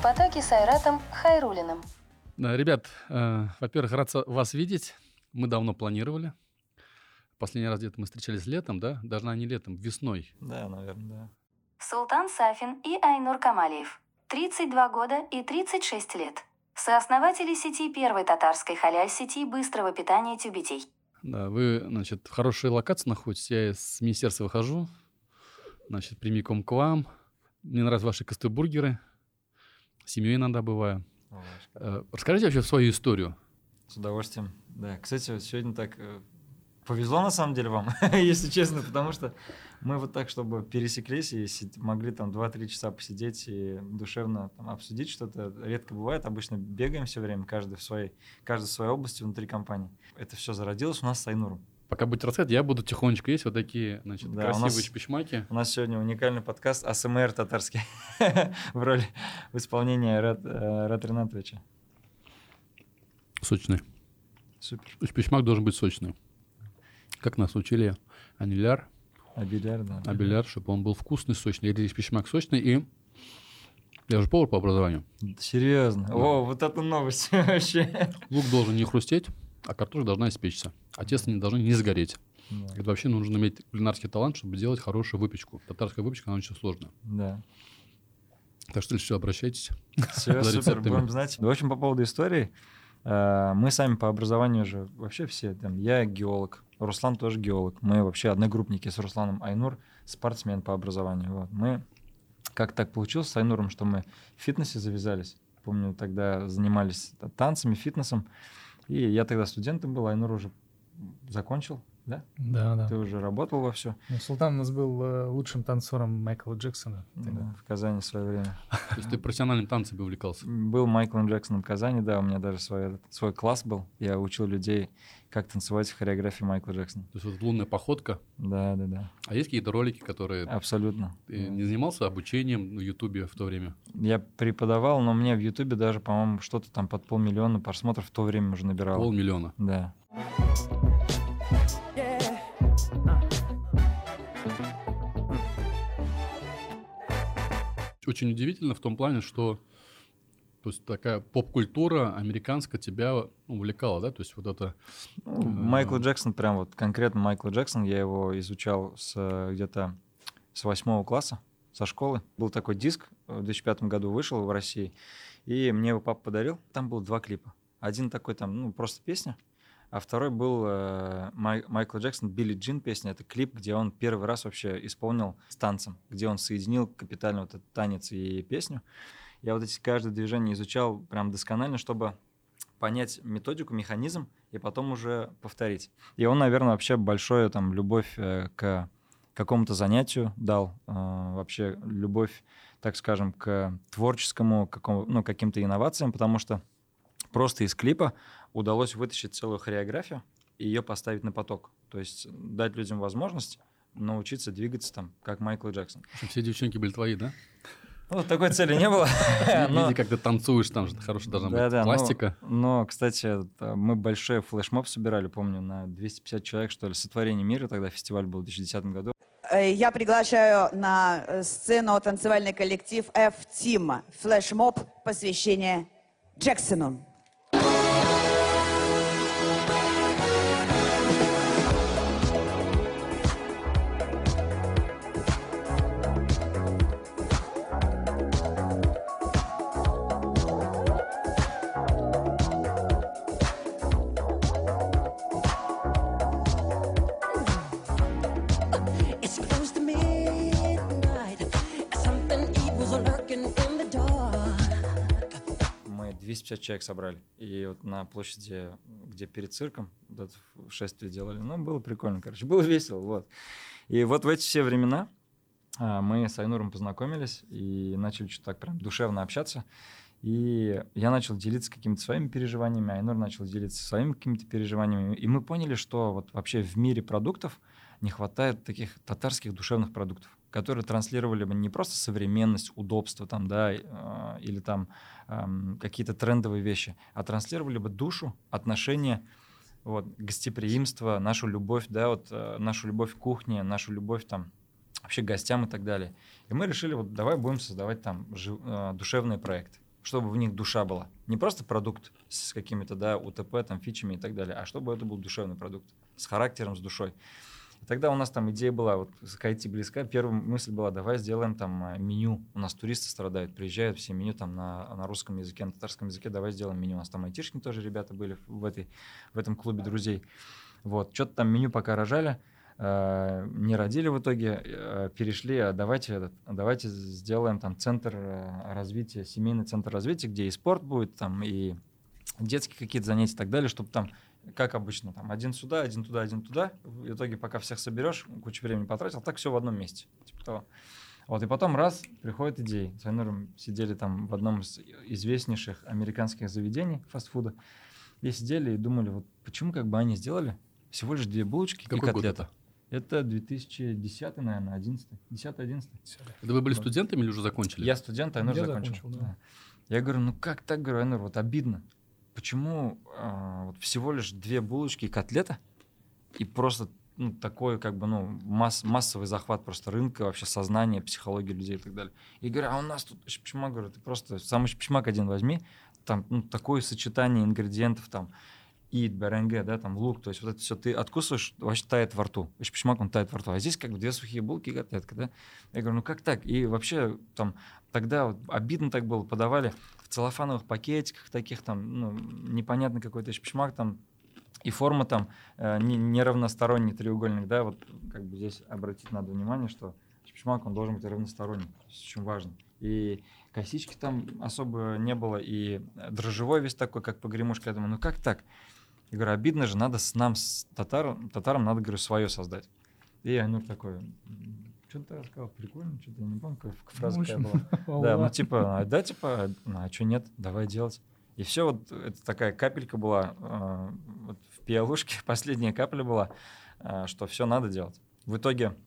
потоке с Айратом Хайруллиным. Да, ребят, во-первых, рад вас видеть. Мы давно планировали. Последний раз где-то мы встречались летом, да? Даже не летом, весной. Да, наверное, да. Султан Сафин и Айнур Камалиев. 32 года и 36 лет. Сооснователи сети первой татарской халяль-сети быстрого питания тюбетей. Да, вы, значит, в хорошей локации находитесь. Я с министерства выхожу, значит, прямиком к вам. Мне нравятся ваши костюбургеры. С семьей иногда бываю. Расскажите вообще свою историю. С удовольствием. Да, кстати, вот сегодня так повезло на самом деле вам, если честно, потому что мы вот так, чтобы пересеклись и могли там 2-3 часа посидеть и душевно там обсудить что-то, редко бывает. Обычно бегаем все время, каждый в своей области внутри компании. Это все зародилось у нас с Айнуром. Пока будете рассказывать, я буду тихонечко есть вот такие, значит, Да, красивые шпишмаки. У нас сегодня уникальный подкаст АСМР татарский в исполнении Айрата Ринатовича. Сочный. Супер. Шпишмак должен быть сочный. Как нас учили Абиляр, да. чтобы он был вкусный, сочный. Или шпишмак сочный, и я же повар по образованию. Серьезно? Да. О, вот это новость вообще. Лук должен не хрустеть, а картошка должна испечься. А тесто не должно не сгореть. Да. Это вообще нужно иметь кулинарский талант, чтобы делать хорошую выпечку. Татарская выпечка, она очень сложная. Да. Так что, если что, обращайтесь. Все, супер, будем знать. В общем, по поводу истории. Мы сами по образованию же вообще все, там, я геолог, Руслан тоже геолог. Мы вообще одногруппники с Русланом. Айнур спортсмен по образованию. Вот. Мы, как так получилось с Айнуром, что мы в фитнесе завязались. Помню, тогда занимались танцами, фитнесом. И я тогда студентом был, Айнур уже закончил, да? Да. Ты уже работал во все. Султан у нас был лучшим танцором Майкла Джексона. Да, в Казани в свое время. То есть ты профессиональным танцами увлекался? Был Майклом Джексоном в Казани, да, у меня даже свой класс был. Я учил людей, как танцевать в хореографии Майкла Джексона. То есть вот лунная походка? Да. А есть какие-то ролики, которые... Абсолютно. Ты не занимался обучением в Ютубе в то время? Я преподавал, но мне в Ютубе даже, по-моему, что-то там под 500 000 просмотров в то время уже набирало. 500 000? Да. Очень удивительно в том плане, что то есть такая поп-культура американская тебя увлекала, да? То есть вот это... Майкл Джексон, прям вот конкретно Майкл Джексон, я его изучал где-то с 8 класса, со школы. Был такой диск, в 2005 году вышел в России, и мне его папа подарил. Там было 2 клипа. Один такой там, просто песня, а второй был Майкл Джексон «Билли Джин» песня. Это клип, где он первый раз вообще исполнил с танцем, где он соединил капитально вот этот танец и песню. Я вот эти каждое движение изучал прям досконально, чтобы понять методику, механизм и потом уже повторить. И он, наверное, вообще большую там любовь к какому-то занятию дал, вообще любовь, так скажем, к творческому, каким-то инновациям, потому что просто из клипа удалось вытащить целую хореографию и ее поставить на поток. То есть дать людям возможность научиться двигаться там, как Майкл Джексон. Все девчонки были твои, да? Ну, такой цели не было. Видя, как ты танцуешь, там же хорошая должна быть пластика. Но, кстати, мы большой флешмоб собирали, помню, на 250 человек, что ли, «Сотворение мира», тогда фестиваль был в 2010 году. Я приглашаю на сцену танцевальный коллектив F-Team. Флешмоб, посвящение Джексону. Мы 250 человек собрали. И вот на площади, где перед цирком, шествие делали. Было прикольно, было весело. Вот. И вот в эти все времена мы с Айнуром познакомились и начали что-то так прям душевно общаться. И я начал делиться какими-то своими переживаниями, Айнур начал делиться своими какими-то переживаниями. И мы поняли, что вот вообще в мире продуктов не хватает таких татарских душевных продуктов, которые транслировали бы не просто современность, удобство там, да, или там какие-то трендовые вещи, а транслировали бы душу, отношения, вот, гостеприимство, нашу любовь, да, вот, нашу любовь к кухне, нашу любовь там вообще к гостям и так далее. И мы решили, вот давай будем создавать там душевные проекты. чтобы в них душа была. Не просто продукт с какими-то, да, УТП, там, фичами и так далее, а чтобы это был душевный продукт с характером, с душой. И тогда у нас там идея была, вот к IT близка, первая мысль была, давай сделаем там меню. У нас туристы страдают, приезжают, все меню там на русском языке, на татарском языке, давай сделаем меню. У нас там айтишники тоже ребята были в этом клубе друзей. Вот, что-то там меню пока рожали, не родили в итоге, перешли, давайте сделаем там центр развития, семейный центр развития, где и спорт будет, там и детские какие-то занятия и так далее, чтобы там, как обычно, там один сюда, один туда, один туда. В итоге, пока всех соберешь, кучу времени потратил, так все в одном месте. Типа того. Вот, и потом раз, приходит идея. С Айнуром сидели там в одном из известнейших американских заведений фастфуда, и сидели и думали, вот почему как бы они сделали всего лишь 2 булочки и Какой год котлета. Это 2010, наверное, 11. 10-11. Это вы были студентами или уже закончили? Я студент, Айнур Я закончил. закончил, да. Я говорю, ну как так, говорю, Айнур, вот обидно. Почему вот всего лишь 2 булочки и котлета, и просто такой как бы массовый захват просто рынка, вообще сознания, психологии людей и так далее. И говорю, а у нас тут шпичмак, говорю, ты просто самый шпичмак один возьми, там такое сочетание ингредиентов, там, бәрәңге, да, там лук, то есть вот это все ты откусываешь, вообще тает во рту. Шпичмак, он тает во рту. А здесь как бы 2 сухие булки и котлетка, да. Я говорю, ну как так? И вообще там тогда вот обидно так было, подавали в целлофановых пакетиках таких там, непонятно какой-то шпичмак там, и форма там неравносторонний треугольник, да, вот как бы здесь обратить надо внимание, что шпичмак, он должен быть равносторонний, очень важно. И косички там особо не было, и дрожжевой весь такой, как погремушка. Я думаю, ну как так? Я говорю, обидно же, надо нам, с татарам, надо, говорю, свое создать. И Айнур такой, что-то сказал, прикольно, что-то я не помню, какая фраза какая была. Да, а что нет, давай делать. И все, вот это такая капелька была, вот в пиалушке последняя капля была, что все надо делать. В итоге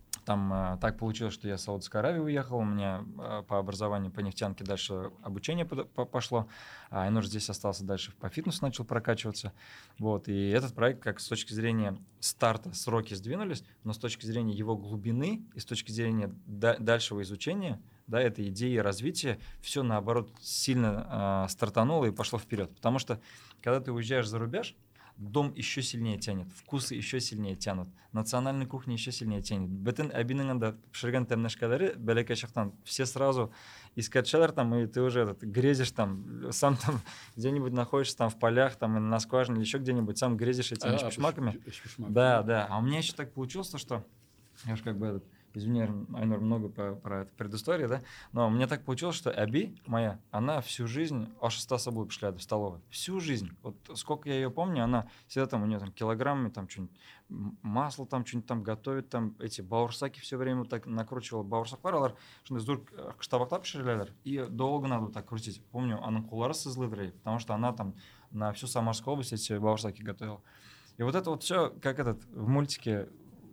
там так получилось, что я в Саудовской Аравии уехал, у меня по образованию по нефтянке дальше обучение пошло, а Айнур здесь остался дальше по фитнесу, начал прокачиваться. Вот, и этот проект, как с точки зрения старта сроки сдвинулись, но с точки зрения его глубины и с точки зрения дальшего изучения, да, этой идеи развития, все наоборот сильно стартануло и пошло вперед. Потому что когда ты уезжаешь за рубеж, дом еще сильнее тянет, вкусы еще сильнее тянут, национальная кухня еще сильнее тянет. Бетін әбиніңінде пішірген тәмнәшкәләре бәләкәй шақтан все сразу искать шалар там, и ты уже грезишь там, сам там где-нибудь находишься там в полях, там на скважине или еще где-нибудь, сам грезишь этими шпишмаками. Да. А у меня еще так получилось, что я же как бы извини, Айнур, много про эту предысторию, да, но мне так получилось, что Аби моя, она всю жизнь ашыста собой пошла в столовой. Всю жизнь. Вот сколько я ее помню, она всегда там, у нее там килограммами там что-нибудь, масло там что-нибудь там готовит, там эти бауырсаки все время так накручивала. Бауырсаклар, алар шундай зур штабактап пішірелер, и долго надо так крутить. Помню, она кулары сызлыдрей, потому что она там на всю Самарскую область эти бауырсаки готовила. И вот это вот все, как в мультике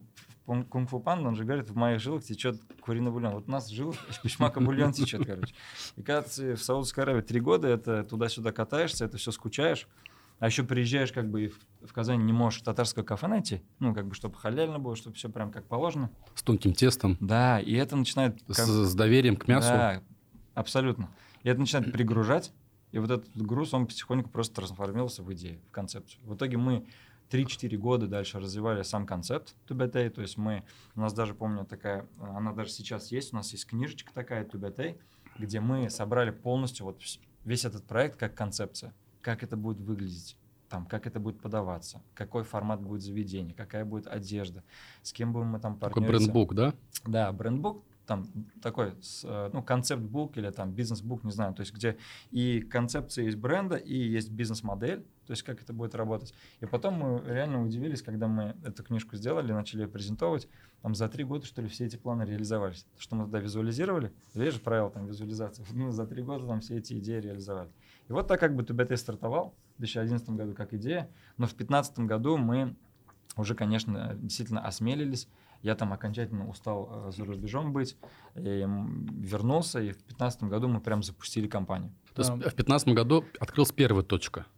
Кунг-фу панда, он же говорит, в моих жилах течет куриный бульон. Вот у нас в жилах шпишмака бульон течет, короче. И когда ты в Саудовской Аравии 3 года, это туда-сюда катаешься, это все скучаешь, а еще приезжаешь как бы и в Казань не можешь татарское кафе найти, как бы чтобы халяльно было, чтобы все прям как положено. С тонким тестом. Да, и это начинает... С доверием к мясу. Да, абсолютно. И это начинает пригружать, и вот этот груз, он потихоньку просто трансформировался в идею, в концепцию. В итоге мы 3-4 года дальше развивали сам концепт Тубетей, то есть у нас даже, помню, такая, она даже сейчас есть, у нас есть книжечка такая Тубетей, где мы собрали полностью вот весь этот проект как концепция, как это будет выглядеть, там, как это будет подаваться, какой формат будет заведения, какая будет одежда, с кем будем мы там партнериться. Такой брендбук, да? Да, брендбук, там такой, концепт-бук или там бизнес-бук, не знаю, то есть где и концепция есть бренда, и есть бизнес-модель, то есть как это будет работать. И потом мы реально удивились, когда мы эту книжку сделали, начали ее презентовать, там за 3 года, что ли, все эти планы реализовались. Что мы тогда визуализировали, видишь, правило там визуализации, за 3 года там все эти идеи реализовали. И вот так как бы Тубетей стартовал в 2011 году как идея, но в 2015 году мы уже, конечно, действительно осмелились. Я там окончательно устал за рубежом быть, и вернулся, и в 2015 году мы прям запустили компанию. То есть в 2015 году открылась первая точка?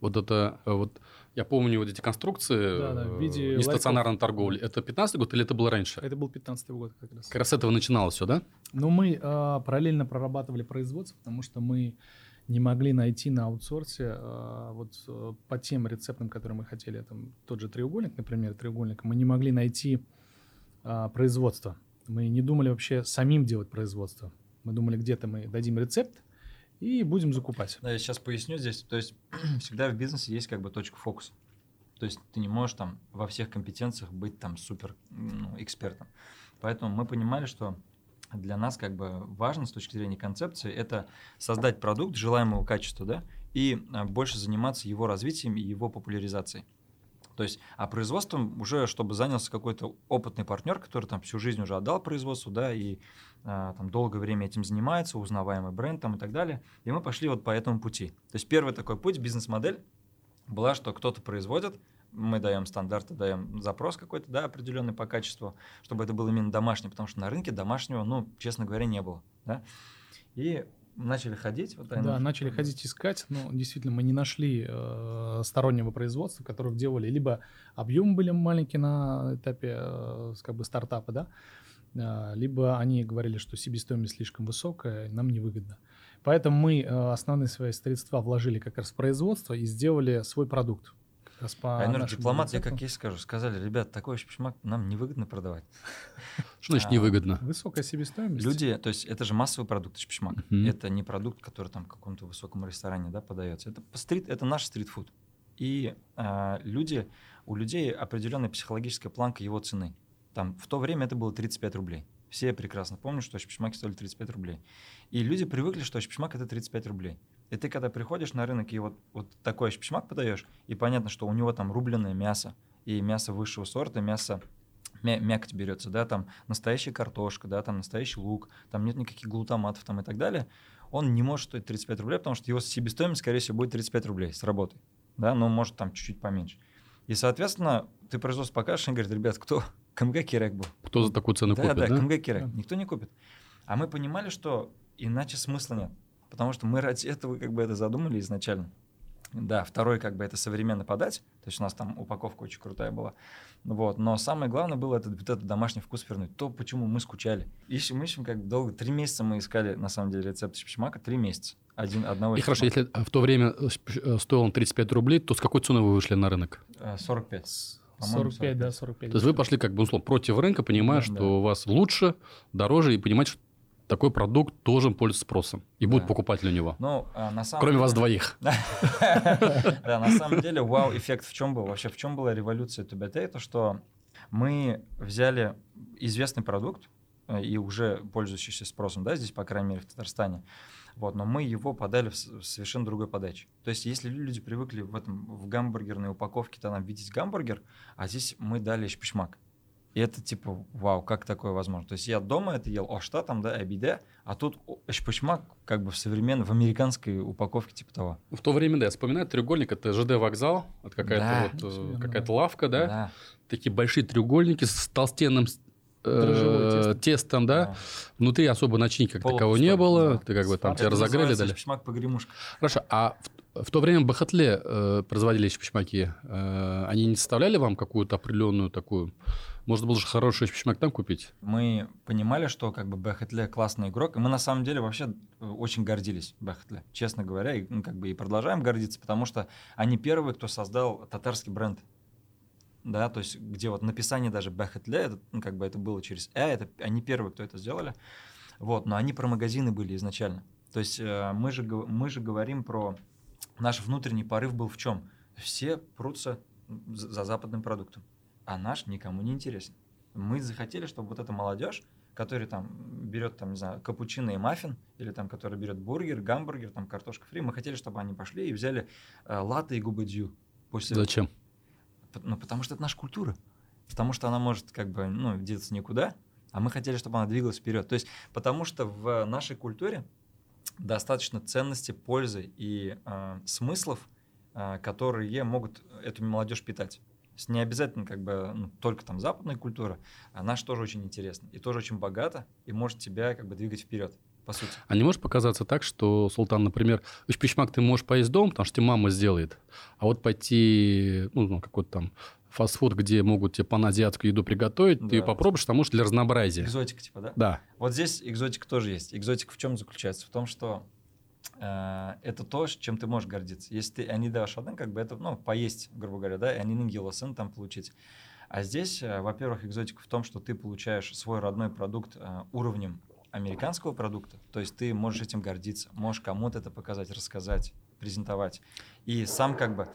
Вот это, вот я помню вот эти конструкции Да, в виде нестационарной торговли. Это 15-й год или это было раньше? Это был 15-й год как раз. Как раз с этого начиналось все, да? Но мы параллельно прорабатывали производство, потому что мы не могли найти на аутсорсе по тем рецептам, которые мы хотели, там, тот же треугольник, например, мы не могли найти производство. Мы не думали вообще самим делать производство. Мы думали, где-то мы дадим рецепт и будем закупать. Да, я сейчас поясню здесь. То есть всегда в бизнесе есть как бы точка фокуса. То есть ты не можешь там во всех компетенциях быть там супер экспертом. Поэтому мы понимали, что для нас как бы важно с точки зрения концепции это создать продукт желаемого качества, да, и больше заниматься его развитием и его популяризацией. То есть, а производством уже, чтобы занялся какой-то опытный партнер, который там всю жизнь уже отдал производству, да, и там долгое время этим занимается, узнаваемый бренд там и так далее. И мы пошли вот по этому пути. То есть первый такой путь, бизнес-модель была, что кто-то производит, мы даем стандарты, даем запрос какой-то, да, определенный по качеству, чтобы это было именно домашнее, потому что на рынке домашнего, честно говоря, не было, да. И начали ходить. Начали ходить искать, но действительно мы не нашли стороннего производства, которое делали, либо объемы были маленькие на этапе стартапа, да, либо они говорили, что себестоимость слишком высокая, нам невыгодно. Поэтому мы основные свои средства вложили как раз в производство и сделали свой продукт. Дипломат, я как есть скажу, сказали, ребят, такой щипчмак нам невыгодно продавать. Что значит невыгодно? Высокая себестоимость. Люди, то есть это же массовый продукт щипчмак. Это не продукт, который там в каком-то высоком ресторане, да, подается. Это наш стритфуд. И у людей определенная психологическая планка его цены. Там в то время это было 35 рублей. Все прекрасно помнят, что щипчмаки стоили 35 рублей. И люди привыкли, что щипчмак это 35 рублей. И ты, когда приходишь на рынок и вот такой щипчмак подаешь, и понятно, что у него там рубленое мясо, и мясо высшего сорта, мякоть берется, да, там настоящая картошка, да, там настоящий лук, там нет никаких глутаматов там и так далее, он не может стоить 35 рублей, потому что его себестоимость, скорее всего, будет 35 рублей с работой, да, но может там чуть-чуть поменьше. И, соответственно, ты производство покажешь, и говорит, ребят, кто? КМГ Кирек был. Кто за такую цену купит, да? Да, КМГ Кирек. Никто не купит. А мы понимали, что иначе смысла нет. Потому что мы ради этого как бы это задумали изначально. Да, второй как бы это современно подать. То есть у нас там упаковка очень крутая была. Вот. Но самое главное было этот домашний вкус вернуть. То, почему мы скучали. Ищем как бы долго. 3 месяца мы искали, на самом деле, рецепт щипчмака. 3 месяца. Одного И хорошо, если в то время стоил он 35 рублей, то с какой ценой вы вышли на рынок? 45. 45, да, 45. То есть вы пошли как бы условно против рынка, понимая, что у вас лучше, дороже, и понимаете, что такой продукт должен пользоваться спросом. И будет покупатель у него. Кроме вас двоих. Да, на самом деле, вау-эффект в чем был? Вообще, в чем была революция ТБТ? Это что мы взяли известный продукт, и уже пользующийся спросом, да, здесь, по крайней мере, в Татарстане, вот, но мы его подали в совершенно другой подаче. То есть, если люди привыкли в гамбургерной упаковке там видеть гамбургер, а здесь мы дали щипчмак. И это типа, вау, как такое возможно? То есть я дома это ел, что там, да, обиде, а тут щипчмак как бы в американской упаковке типа того. В то время, да, я вспоминаю, треугольник — это ЖД вокзал, это какая-то лавка, да? Такие большие треугольники с толстенным тестом, да? Внутри особо начинки как такового не было, ты как бы там тебя разогрели, дали. Щипчмак-погремушка. Хорошо, а в то время в Бахатле производили щипчмаки, они не составляли вам какую-то определенную такую... Можно было же хороший щипчмак там купить? Мы понимали, что как бы Бахатле классный игрок, и мы на самом деле вообще очень гордились Бахатле, честно говоря, и как бы и продолжаем гордиться, потому что они первые, кто создал татарский бренд. Да, то есть где вот написание даже Бахатле, как бы это было через они первые, кто это сделали, вот, но они про магазины были изначально. То есть мы же говорим про наш внутренний порыв был в чем? Все прутся за западным продуктом, а наш никому не интересен. Мы захотели, чтобы вот эта молодежь, которая там берет, там, не знаю, капучино и маффин, или там, которая берет бургер, гамбургер, там, картошка фри, мы хотели, чтобы они пошли и взяли латте и губэдзю. Зачем? Потому что это наша культура. Потому что она может как бы, деться никуда, а мы хотели, чтобы она двигалась вперед. То есть потому что в нашей культуре достаточно ценности, пользы и смыслов, которые могут эту молодежь питать. То есть не обязательно как бы только там западная культура, а наша тоже очень интересна и тоже очень богата и может тебя как бы двигать вперед. по сути. А не может показаться так, что, Султан, например, шпишмак ты можешь поесть дома, потому что тебе мама сделает, а вот пойти, ну какой-то там фастфуд, где могут тебе паназиатскую еду приготовить, ты ее попробуешь, потому что для разнообразия. Экзотика, типа, да? Да. Вот здесь экзотика тоже есть. Экзотика в чем заключается? В том, что это то, чем ты можешь гордиться. Если ты они ашадан, как бы это, поесть, грубо говоря, да, и они гилосын там получить. А здесь, во-первых, экзотика в том, что ты получаешь свой родной продукт уровнем американского продукта, то есть ты можешь этим гордиться, можешь кому-то это показать, рассказать, презентовать. И сам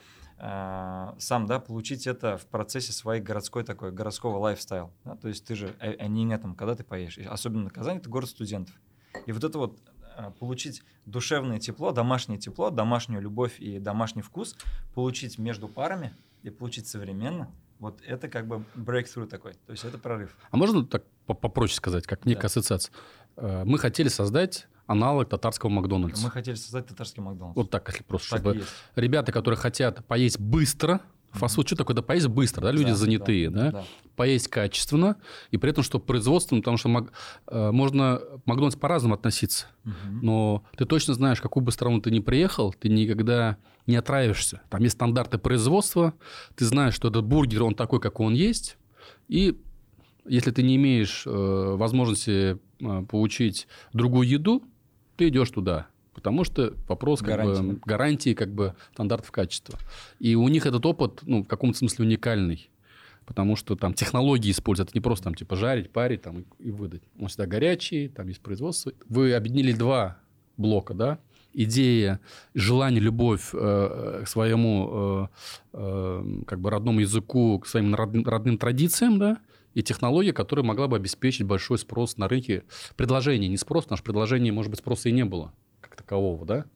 получить это в процессе своей городского лайфстайла. Да? То есть ты же, когда ты поешь, особенно Казань, это город студентов. И вот это вот получить душевное тепло, домашнюю любовь и домашний вкус, получить между парами и получить современно, вот это как бы breakthrough такой, то есть это прорыв. А можно так попроще сказать, как некая ассоциация? Мы хотели создать аналог татарского Макдональдса. Мы хотели создать татарский Макдональдс. Вот так, если просто, так чтобы ребята, которые хотят поесть быстро, фастфуд, что такое? Да поесть быстро, да, люди занятые, да? Поесть качественно, и при этом, что производством, потому что можно к Макдональдсу по-разному относиться, но ты точно знаешь, в какую бы страну ты ни приехал, ты никогда не отравишься. Там есть стандарты производства, ты знаешь, что этот бургер, он такой, какой он есть, и если ты не имеешь возможности получить другую еду, ты идешь туда. Потому что вопрос гарантии стандартов качества. И у них этот опыт, в каком-то смысле уникальный. Потому что там технологии используют. Это не просто жарить, парить и выдать. Он всегда горячий, там есть производство. Вы объединили два блока, да? Идея, желание, любовь к своему родному языку, к своим родным традициям, да? И технология, которая могла бы обеспечить большой спрос на рынке. Предложение, не спрос, потому что предложение, может быть, спроса и не было как такового, да?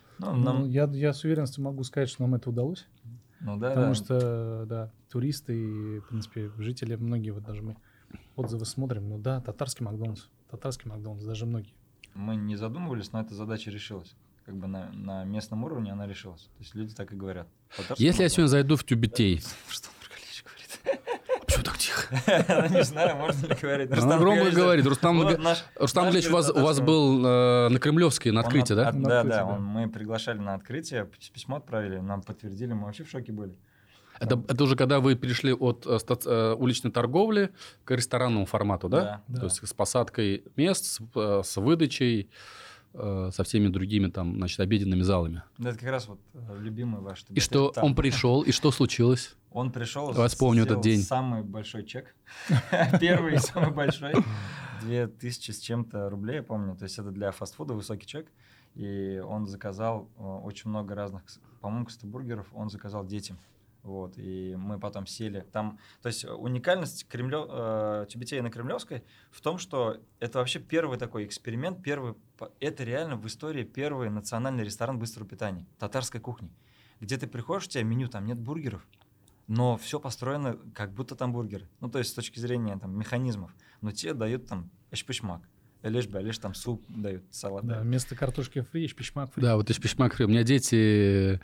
Я с уверенностью могу сказать, что нам это удалось. Потому что, туристы и, в принципе, жители, многие, вот даже мы отзывы смотрим, татарский Макдональдс, даже многие. Мы не задумывались, но эта задача решилась. Как бы на местном уровне она решилась. То есть люди так и говорят. Если я сегодня зайду в Тюбетей... Что он про Галич говорит? Почему так тихо? Не знаю, можно ли говорить. Громко говорит. Рустам Ильич у вас был на Кремлевской на открытии, да? Да, мы приглашали на открытие, письмо отправили, нам подтвердили, мы вообще в шоке были. Это уже когда вы перешли от уличной торговли к ресторанному формату, да? То есть с посадкой мест, с выдачей, со всеми другими обеденными залами. Да, это как раз вот любимый ваш. И что он пришел, и что случилось? Он пришел, вспомню этот день. Самый большой чек. Первый и самый большой. 2000 с чем-то рублей, я помню. То есть это для фастфуда высокий чек. И он заказал очень много разных, по-моему, костобургеров он заказал детям. Вот, и мы потом сели там. То есть уникальность Тюбетея на Кремлевской в том, что это вообще первый такой эксперимент, это реально в истории первый национальный ресторан быстрого питания, татарской кухни, где ты приходишь, у тебя меню, там нет бургеров, но все построено как будто там бургеры. То есть с точки зрения механизмов. Но тебе дают эшпишмак. Лишь там суп дают, салат. Да, вместо картошки фри, эшпишмак фри. Да, вот эшпишмак фри. У меня дети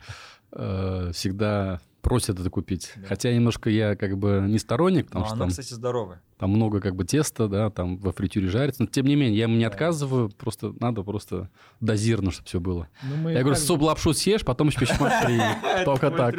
всегда просят это купить. Да. Хотя немножко я не сторонник. Но она, кстати, здоровая. Там много теста, да, там во фритюре жарится. Но тем не менее, я ему не отказываю. Надо дозированно, чтобы все было. Я говорю, суп-лапшу съешь, потом эшпишмак фри. Только так.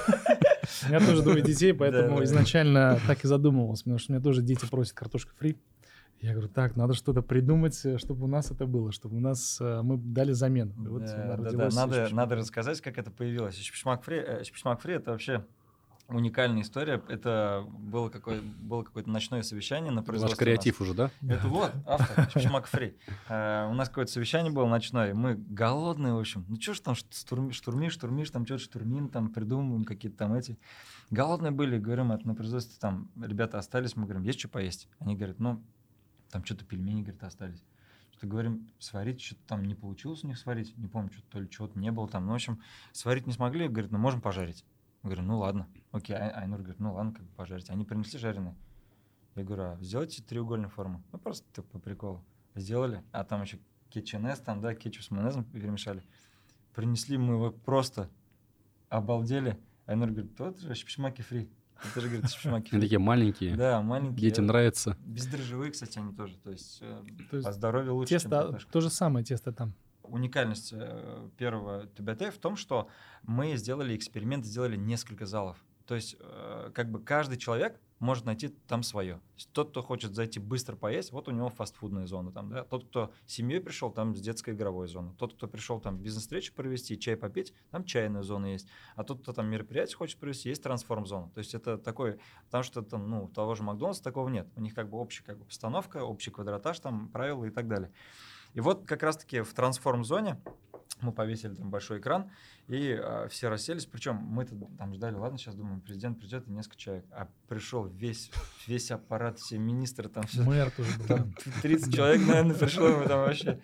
У меня тоже двое детей, поэтому изначально так и задумывался. Потому что у меня тоже дети просят картошку фри. Я говорю, надо что-то придумать, чтобы у нас это было, чтобы мы дали замену. Надо рассказать, как это появилось. Эшпишмак фри это вообще уникальная история. Это было какое-то ночное совещание на производстве. Ваш креатив уже, да? Это автор Эшпишмак фри. У нас какое-то совещание было ночное, мы голодные, в общем. Что ж там штурмишь, там что-то штурмим, там придумываем какие-то там эти. Голодные были, говорим, на производстве там ребята остались, мы говорим, есть что поесть? Они говорят, там что-то пельмени, говорит, остались. Что говорим, сварить, что-то там не получилось у них сварить. Не помню, то ли чего-то не было там. В общем, сварить не смогли. Говорит, можем пожарить. Я говорю, ладно. Окей, Айнур говорит, ладно, пожарить. Они принесли жареные. Я говорю, сделайте треугольную форму. Просто по приколу. Сделали. А там еще кетчунес, кетчуп с майонезом перемешали. Принесли, мы его просто обалдели. Айнур говорит, вот же эшпишмаки фри. Это же, говорит, шпишмаки Они фри. такие маленькие. Да, маленькие. Детям нравится. Бездрожжевые, кстати, они тоже. То есть То есть по здоровью лучше, чем Тесто, картошка. то же самое тесто там. Уникальность первого ТБТ в том, что мы сделали эксперимент, сделали несколько залов. То есть как бы каждый человек может найти там свое. То есть тот, кто хочет зайти быстро поесть, вот у него фастфудная зона там, да. Тот, кто с семьей пришел, там с детской игровой зоной. Тот, кто пришел там бизнес-встречу провести, чай попить, там чайная зона есть. А тот, кто там мероприятие хочет провести, есть трансформ-зона. То есть это такой, потому что там, у того же Макдональдса такого нет. У них как бы общая как бы постановка, общий квадратаж, там правила и так далее. И вот как раз-таки в трансформ-зоне мы повесили там большой экран, и все расселись. Причем мы-то там ждали, ладно, сейчас думаем, президент придет и несколько человек. А пришел весь аппарат, все министры, там все. Мэр тоже был. Там 30 человек, наверное, пришло, мы там вообще...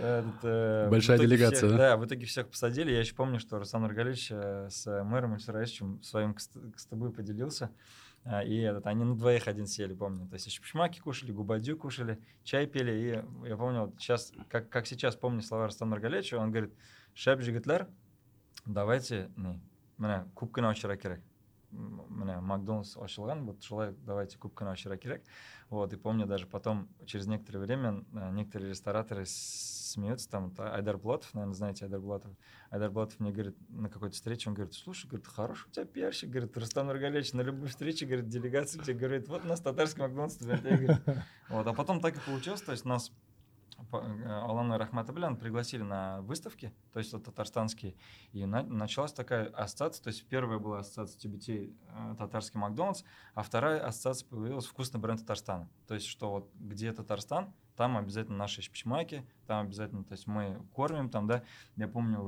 Большая делегация, да? Да, в итоге всех посадили. Я еще помню, что Рустам Нургалевич с мэром Ильсуром Раисовичем своим с тобой поделился. И они на двоих один сели, помню. То есть шпишмаки кушали, губадю кушали, чай пили. И я помню, вот сейчас, как сейчас помню слова Рустама Нургалевича, он говорит: «Шәп жігітлер, давайте, кубканы ашыра керек». Макдональдс ашылган, вот шулай, давайте кубканы ашыра керек. Вот, и помню даже потом, через некоторое время, некоторые рестораторы смеются, там, Айдар Булатов, наверное, знаете Айдар Булатов. Айдар Булатов мне говорит на какой-то встрече, он говорит: «Слушай, говорит, хороший у тебя пиарщик», говорит, Рустам Нургалевич, на любой встрече, говорит, делегации тебе говорит: «Вот у нас татарский Макдональдс». Вот, а потом так и получилось, то есть нас Алана Рахматаблян пригласили на выставки, то есть вот татарстанские, и началась такая ассоциация, то есть первая была ассоциация TBT татарский Макдональдс, а вторая ассоциация появилась вкусный бренд Татарстана, то есть что вот где Татарстан, там обязательно наши шпишмаки, там обязательно, то есть мы кормим там, да, я помню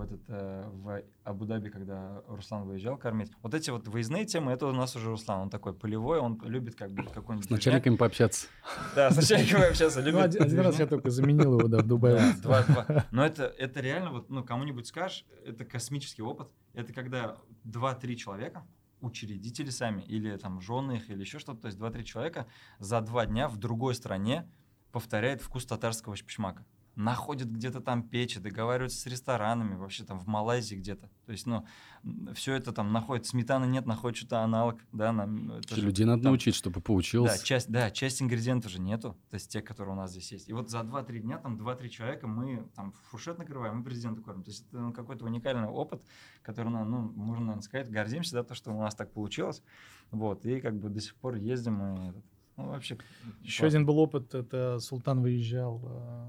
в Абу-Даби, когда Руслан выезжал кормить, вот эти вот выездные темы, это у нас уже Руслан, он такой полевой, он любит как бы какой-нибудь... С начальниками пообщаться. Да, с начальниками пообщаться, любит... Один раз я только заменил его, да, в Дубае. Два. Но это реально, вот, кому-нибудь скажешь, это космический опыт, это когда 2-3 человека, учредители сами, или там жены их, или еще что-то, то есть 2-3 человека за 2 дня в другой стране повторяет вкус татарского шпишмака. Находят где-то там печи, договариваются с ресторанами, вообще там в Малайзии где-то. То есть, все это там находит, сметаны нет, находит что-то аналог. Да, людей надо научить, чтобы поучился. Часть ингредиентов уже нету, то есть те, которые у нас здесь есть. И вот за 2-3 дня, там 2-3 человека мы там фуршет накрываем, мы президента кормим. То есть это какой-то уникальный опыт, который нам, можно, наверное, сказать, гордимся, да, то, что у нас так получилось. Вот, и как бы до сих пор ездим и... вообще еще один был опыт, это Султан выезжал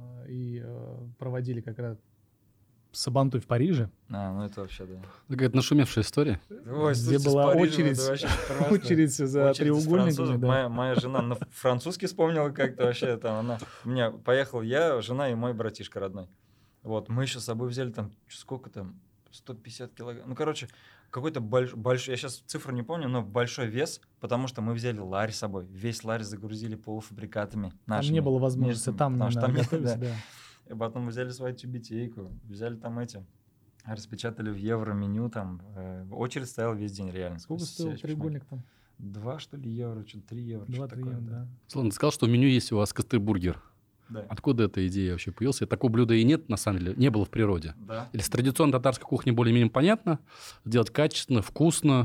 и проводили как раз Сабантуй в Париже. Это вообще, да. Какая-то нашумевшая история. Ой, где была очередь за треугольниками. Да. Моя жена на французский вспомнила как-то вообще. Там у меня поехал я, жена и мой братишка родной. Вот, мы еще с собой взяли там, сколько там, 150 килограмм. Какой-то большой, я сейчас цифру не помню, но большой вес, потому что мы взяли ларь с собой. Весь ларь загрузили полуфабрикатами нашими. Там не было возможности там готовить, да. И потом взяли свою тюбетейку, взяли там распечатали в евро меню, там очередь стояла весь день реально. Сколько стоил треугольник там? 2, что ли, евро, что-то 3 евро. 2-3 евро, да. Слава, ты сказал, что в меню есть у вас костры-бургер. Да. Откуда эта идея вообще появилась? Такого блюда и нет, на самом деле, не было в природе. Да. Или с традиционной татарской кухней более-менее понятно, сделать качественно, вкусно,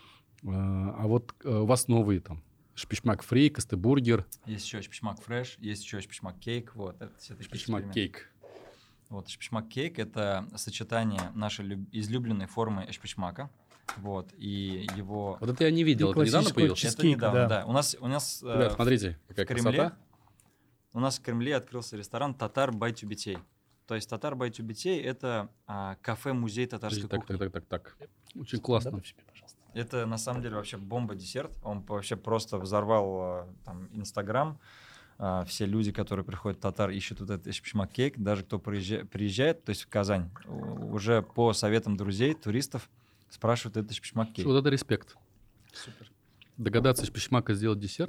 а вот у вас новые там шпишмак фри, костры-бургер. Есть еще шпишмак фреш, есть еще шпишмак кейк, вот. Это все такие шпишмак кейк. Вот, шпишмак кейк — это сочетание нашей излюбленной формы шпишмака. Вот, и его... Вот это я не видел, это недавно появилось? Это недавно, да. У нас ребят, смотрите, какая красота. У нас в Кремле открылся ресторан «Татар бай Тюбетей». То есть «Татар бай Тюбетей» — это кафе-музей татарской кухни. Так. Очень классно. Это на самом деле вообще бомба-десерт. Он вообще просто взорвал там Инстаграм. Все люди, которые приходят в Татар, ищут вот этот шпишмак кейк. Даже кто приезжает, то есть в Казань, уже по советам друзей, туристов, спрашивают этот шпишмак кейк. Вот это респект. Супер. Догадаться шпишмака сделать десерт?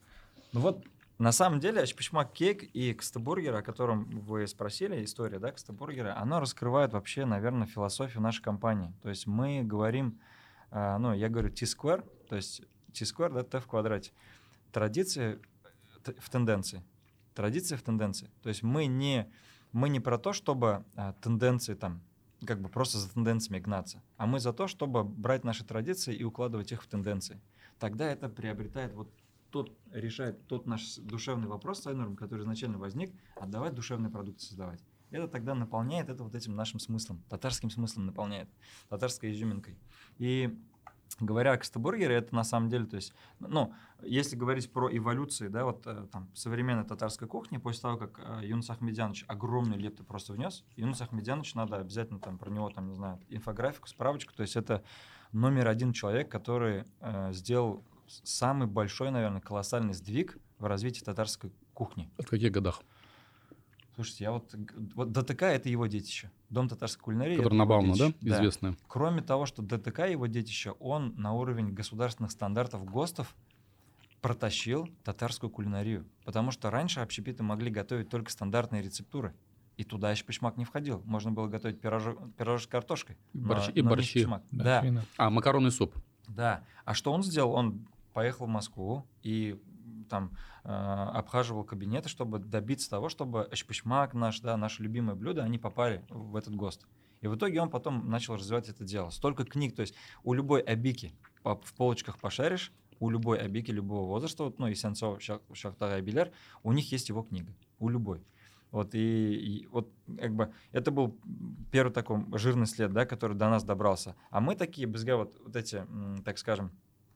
На самом деле, шпишмак кейк и костры-бургер, о котором вы спросили, история, да, костры-бургера, она раскрывает вообще, наверное, философию нашей компании. То есть мы говорим, я говорю T-square, то есть T-square, да, T в квадрате. Традиции в тенденции. Традиции в тенденции. То есть мы не про то, чтобы тенденции там, как бы просто за тенденциями гнаться, а мы за то, чтобы брать наши традиции и укладывать их в тенденции. тогда это приобретает решает тот наш душевный вопрос с Айнуром, который изначально возник, отдавать душевный продукт, создавать. Это тогда наполняет это вот этим нашим смыслом, татарским смыслом наполняет, татарской изюминкой. И говоря о костыбургере, это на самом деле, то есть, если говорить про эволюцию, да, вот там современной татарской кухни, после того, как Юнус Ахмедянович огромную лепту просто внес, Юнус Ахмедянович, надо обязательно там про него, там, не знаю, инфографику, справочку, то есть это номер один человек, который сделал самый большой, наверное, колоссальный сдвиг в развитии татарской кухни. В каких годах? Слушайте, я вот ДТК — это его детище. Дом татарской кулинарии. Который на Бауна, да? Известное. Кроме того, что ДТК его детище, он на уровень государственных стандартов ГОСТов протащил татарскую кулинарию. Потому что раньше общепиты могли готовить только стандартные рецептуры. И туда эшпишмак не входил. Можно было готовить пирожок с картошкой. И борщи. Да. Макаронный суп. Да. А что он сделал? Он поехал в Москву и там обхаживал кабинеты, чтобы добиться того, чтобы эшпишмак наше любимое блюдо, они попали в этот ГОСТ. И в итоге он потом начал развивать это дело. Столько книг, то есть у любой абики в полочках пошаришь, у любой абики любого возраста, и Сенцов, Шахтар Айбилер, у них есть его книга, у любой. Вот как бы это был первый такой жирный след, да, который до нас добрался. А мы такие, вот эти, так скажем,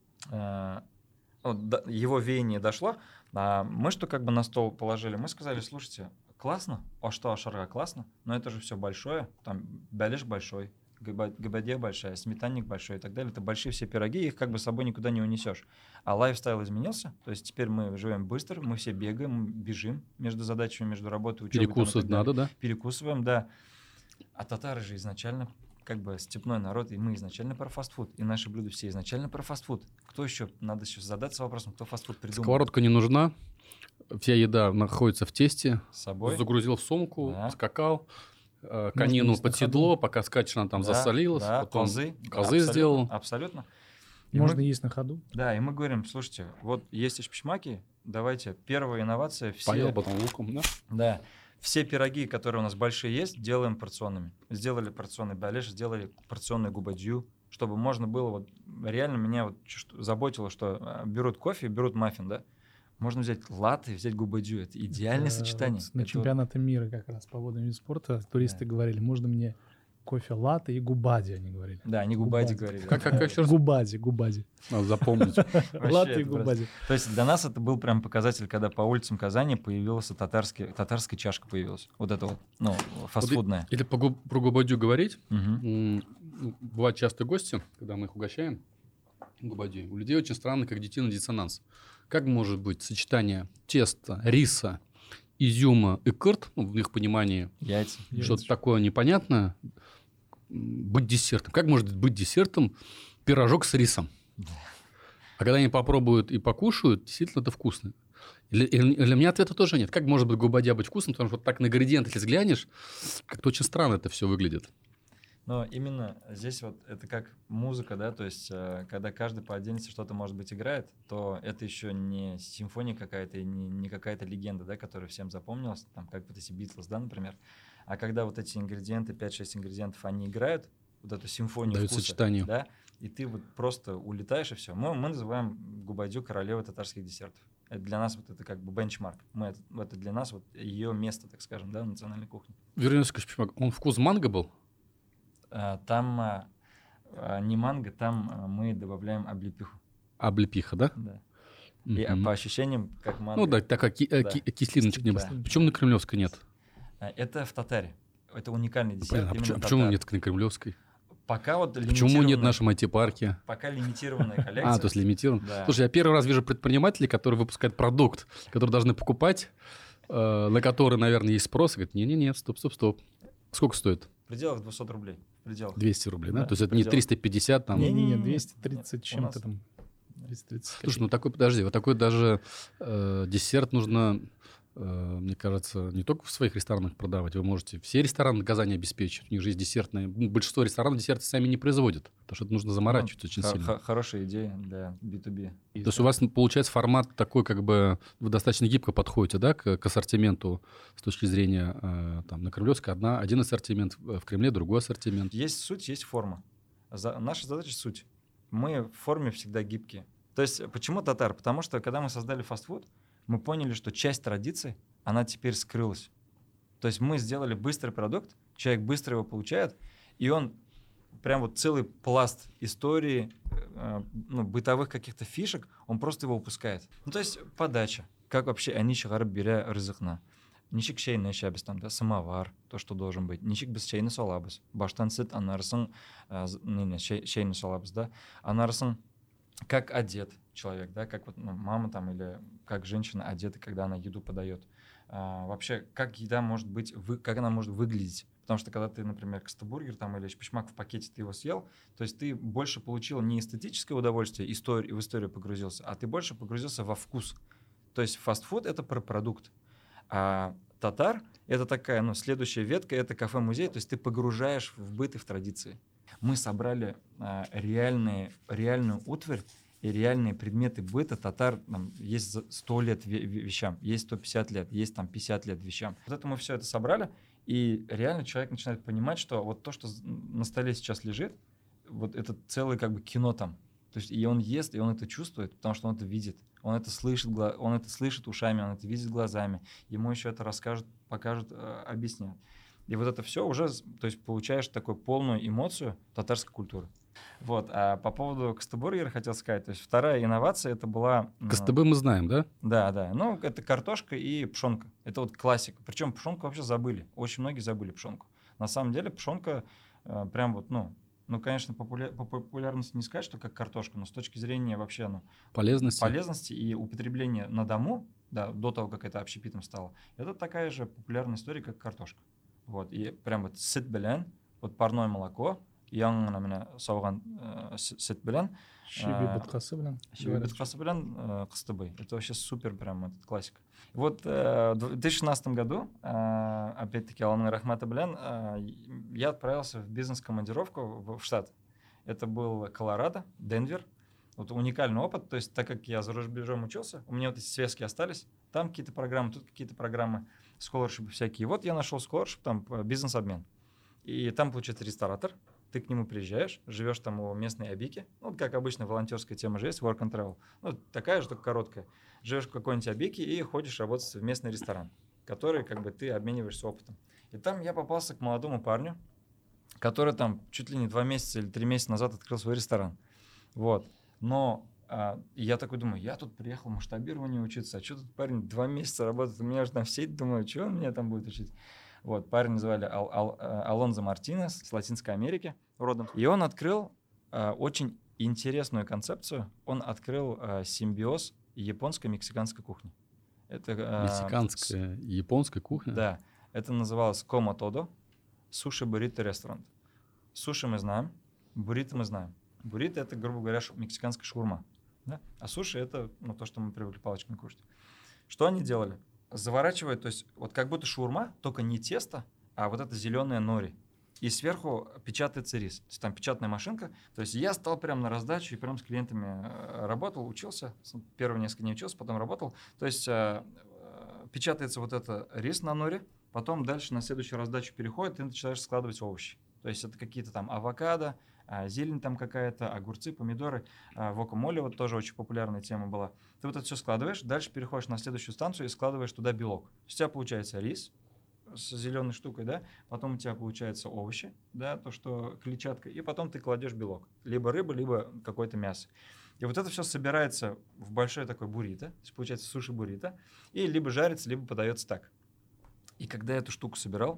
его веяние дошло, а мы что как бы на стол положили, мы сказали, слушайте, классно, что ашарга классно, но это же все большое, там бәлеш большой, габаде большая, сметанник большой и так далее, это большие все пироги, их как бы с собой никуда не унесешь. А лайфстайл изменился, то есть теперь мы живем быстро, мы все бегаем, бежим между задачами, между работой, учебой. Перекусывать надо, да? Перекусываем, да. А татары же изначально как бы степной народ, и мы изначально про фастфуд, и наши блюда все изначально про фастфуд. Кто еще? Надо еще задаться вопросом, кто фастфуд придумал. Сковородка не нужна, вся еда находится в тесте, с собой. Загрузил в сумку, Да. скакал, конину под седло, пока скачешь, она там засолилась, потом козы сделал. Абсолютно. Можно есть на ходу. Да, и мы говорим, слушайте, вот есть эшпишмаки, давайте, первая инновация. Поел потом луком, да? Да. Все пироги, которые у нас большие есть, делаем порционными. Сделали порционный бәлеш, сделали порционный губадью, чтобы можно было, реально меня заботило, что берут кофе, берут маффин, да? Можно взять латте и взять губадью. Это идеальное сочетание. На чемпионате мира как раз по водным видам спорта туристы говорили, можно мне кофе латте и губади, они говорили. Да, они губади говорили. Как еще раз? Губади. Надо запомнить. Латте и губади. То есть для нас это был прям показатель, когда по улицам Казани появилась татарская чашка появилась. Вот это фастфудная. Или про губадью говорить. Бывают часто гости, когда мы их угощаем губадью. У людей очень странный когнитивный диссонанс. Как может быть сочетание теста, риса, изюма и кырт, в их понимании, яйца, что-то такое непонятное, быть десертом? Как может быть десертом пирожок с рисом? А когда они попробуют и покушают, действительно это вкусно. Для меня ответа тоже нет. Как может быть губадья быть вкусным? Потому что вот так на градиент, если взглянешь, как-то очень странно это все выглядит. Но именно здесь это как музыка, да, то есть когда каждый по отдельности что-то, может быть, играет, то это еще не симфония какая-то и не какая-то легенда, да, которая всем запомнилась, там, как вот эти Битлз, да, например. А когда вот эти ингредиенты, 5-6 ингредиентов, они играют, вот эту симфонию дают вкуса, сочетание. Да, и ты просто улетаешь, и все. Мы называем губадью королевой татарских десертов. Это для нас это как бы бенчмарк. Это для нас ее место, так скажем, да, в национальной кухне. Вернемся к эшпишмаку. Он вкус манго был? Там не манго, там мы добавляем облепиху. Облепиха, да? Да. И по ощущениям, как манго. Ну да, такая кислиночка. Да. Почему на Кремлевской нет? Это в Татаре. Это уникальный десерт. Почему нет на Кремлевской? Пока Почему нет в нашем IT-парке? Пока лимитированная коллекция. То есть лимитирован. Да. Слушай, я первый раз вижу предпринимателей, которые выпускают продукт, который должны покупать, на который, наверное, есть спрос. И говорят, не-не-не, стоп. Сколько стоит? В пределах 200 рублей. 200 рублей, да? То есть это не 350 там? Не, 230 чем-то там. 230. Слушай, вот такой даже десерт нужно, мне кажется, не только в своих ресторанах продавать. Вы можете все рестораны Казани обеспечить. У них же есть десертные. Большинство ресторанов десерты сами не производят, потому что это нужно заморачиваться очень сильно. Хорошая идея для B2B. То есть у вас получается формат такой, как бы вы достаточно гибко подходите, да, к ассортименту с точки зрения там на Кремлевской один ассортимент, в Кремле другой ассортимент. Есть суть, есть форма. Наша задача — суть. Мы в форме всегда гибкие. То есть почему татар? Потому что когда мы создали фастфуд, мы поняли, что часть традиций, она теперь скрылась. То есть мы сделали быстрый продукт, человек быстро его получает, и он прям вот целый пласт истории, бытовых каких-то фишек, он просто его упускает. Ну, то есть подача. Как вообще они шығарып бере рызықны. Ничек шейны ішеміз там, да, самовар, то, что должен быть. Ничек біз шейны салабыз. Баштан сүт, анарысын шейны салабыз, да. Анарысын как одет человек, да, как вот мама там или как женщина одета, когда она еду подает. Вообще, как еда может быть, как она может выглядеть. Потому что когда ты, например, кастебургер там или шпишмак в пакете, ты его съел, то есть ты больше получил не эстетическое удовольствие, в историю погрузился, а ты больше погрузился во вкус. То есть фастфуд — это про продукт. А татар — это такая, следующая ветка, это кафе-музей, то есть ты погружаешь в быт и в традиции. Мы собрали реальную утварь и реальные предметы быта татар. Там, есть 100 лет вещам, есть 150 лет, есть там 50 лет вещам. Вот это мы все это собрали, и реально человек начинает понимать, что вот то, что на столе сейчас лежит, вот это целое как бы кино там. То есть и он ест, и он это чувствует, потому что он это видит. Он это слышит ушами, он это видит глазами. Ему еще это расскажут, покажут, объяснят. И вот это все уже, то есть получаешь такую полную эмоцию татарской культуры. Вот. А по поводу кастебургера хотел сказать. То есть вторая инновация это была... Кастебы мы знаем, да? Да. Ну, это картошка и пшенка. Это вот классика. Причем пшенку вообще забыли. Очень многие забыли пшенку. На самом деле пшенка прям вот, конечно, популярность не сказать, что как картошка, но с точки зрения вообще полезности и употребления на дому, да, до того, как это общепитом стало, это такая же популярная история, как картошка. Вот. И прям вот сет белен, вот парное молоко, яңына міне сауған сет белен. Шиби бутқасы белен. Шиби бутқасы белен кыстыбый. Это вообще супер прям этот классика. Вот в 2016 году, опять-таки, Алланың рахматы белен, я отправился в бизнес-командировку в штат. Это был Колорадо, Денвер. Вот уникальный опыт. То есть, так как я за рубежом учился, у меня вот эти связки остались. Там какие-то программы, тут какие-то программы, scholarship всякие. Вот я нашел scholarship, там бизнес-обмен. И там, получается, ресторатор. Ты к нему приезжаешь, живешь там у местной абики. Ну, как обычно, волонтерская тема же есть, work and travel. Ну, такая же, только короткая. Живешь в какой-нибудь абике и ходишь работать в местный ресторан, который, как бы, ты обмениваешься опытом. И там я попался к молодому парню, который там чуть ли не 2 месяца или 3 месяца назад открыл свой ресторан. Вот. Но я такой думаю, я тут приехал масштабированию учиться, а что тут парень 2 месяца работает? У меня же там сеть, думаю, что он меня там будет учить? Вот, парень звали Алонзо Мартинес с Латинской Америки родом. И он открыл очень интересную концепцию. Он открыл симбиоз японско-мексиканской кухни. Это, мексиканская и японская кухня? Да. Это называлось Como Todo, суши-буррито ресторан. Суши мы знаем, буррито мы знаем. Буррито — это, грубо говоря, мексиканская шаурма. Да? А суши — это то, что мы привыкли палочками кушать. Что они делали? Заворачивают, то есть вот как будто шаурма, только не тесто, а вот это зеленое нори. И сверху печатается рис. То есть там печатная машинка. То есть я стал прям на раздачу и прям с клиентами работал, учился. Первые несколько дней учился, потом работал. То есть печатается вот это рис на норе, потом дальше на следующую раздачу переходит, и ты начинаешь складывать овощи. То есть это какие-то там авокадо, зелень там какая-то, огурцы, помидоры, вокамоле, вот тоже очень популярная тема была. Ты вот это все складываешь, дальше переходишь на следующую станцию и складываешь туда белок. У тебя получается рис с зеленой штукой, да, потом у тебя получается овощи, да, то, что клетчатка, и потом ты кладешь белок. Либо рыба, либо какое-то мясо. И вот это все собирается в большой такой буррито, то есть получается суши-буррито, и либо жарится, либо подается так. И когда я эту штуку собирал,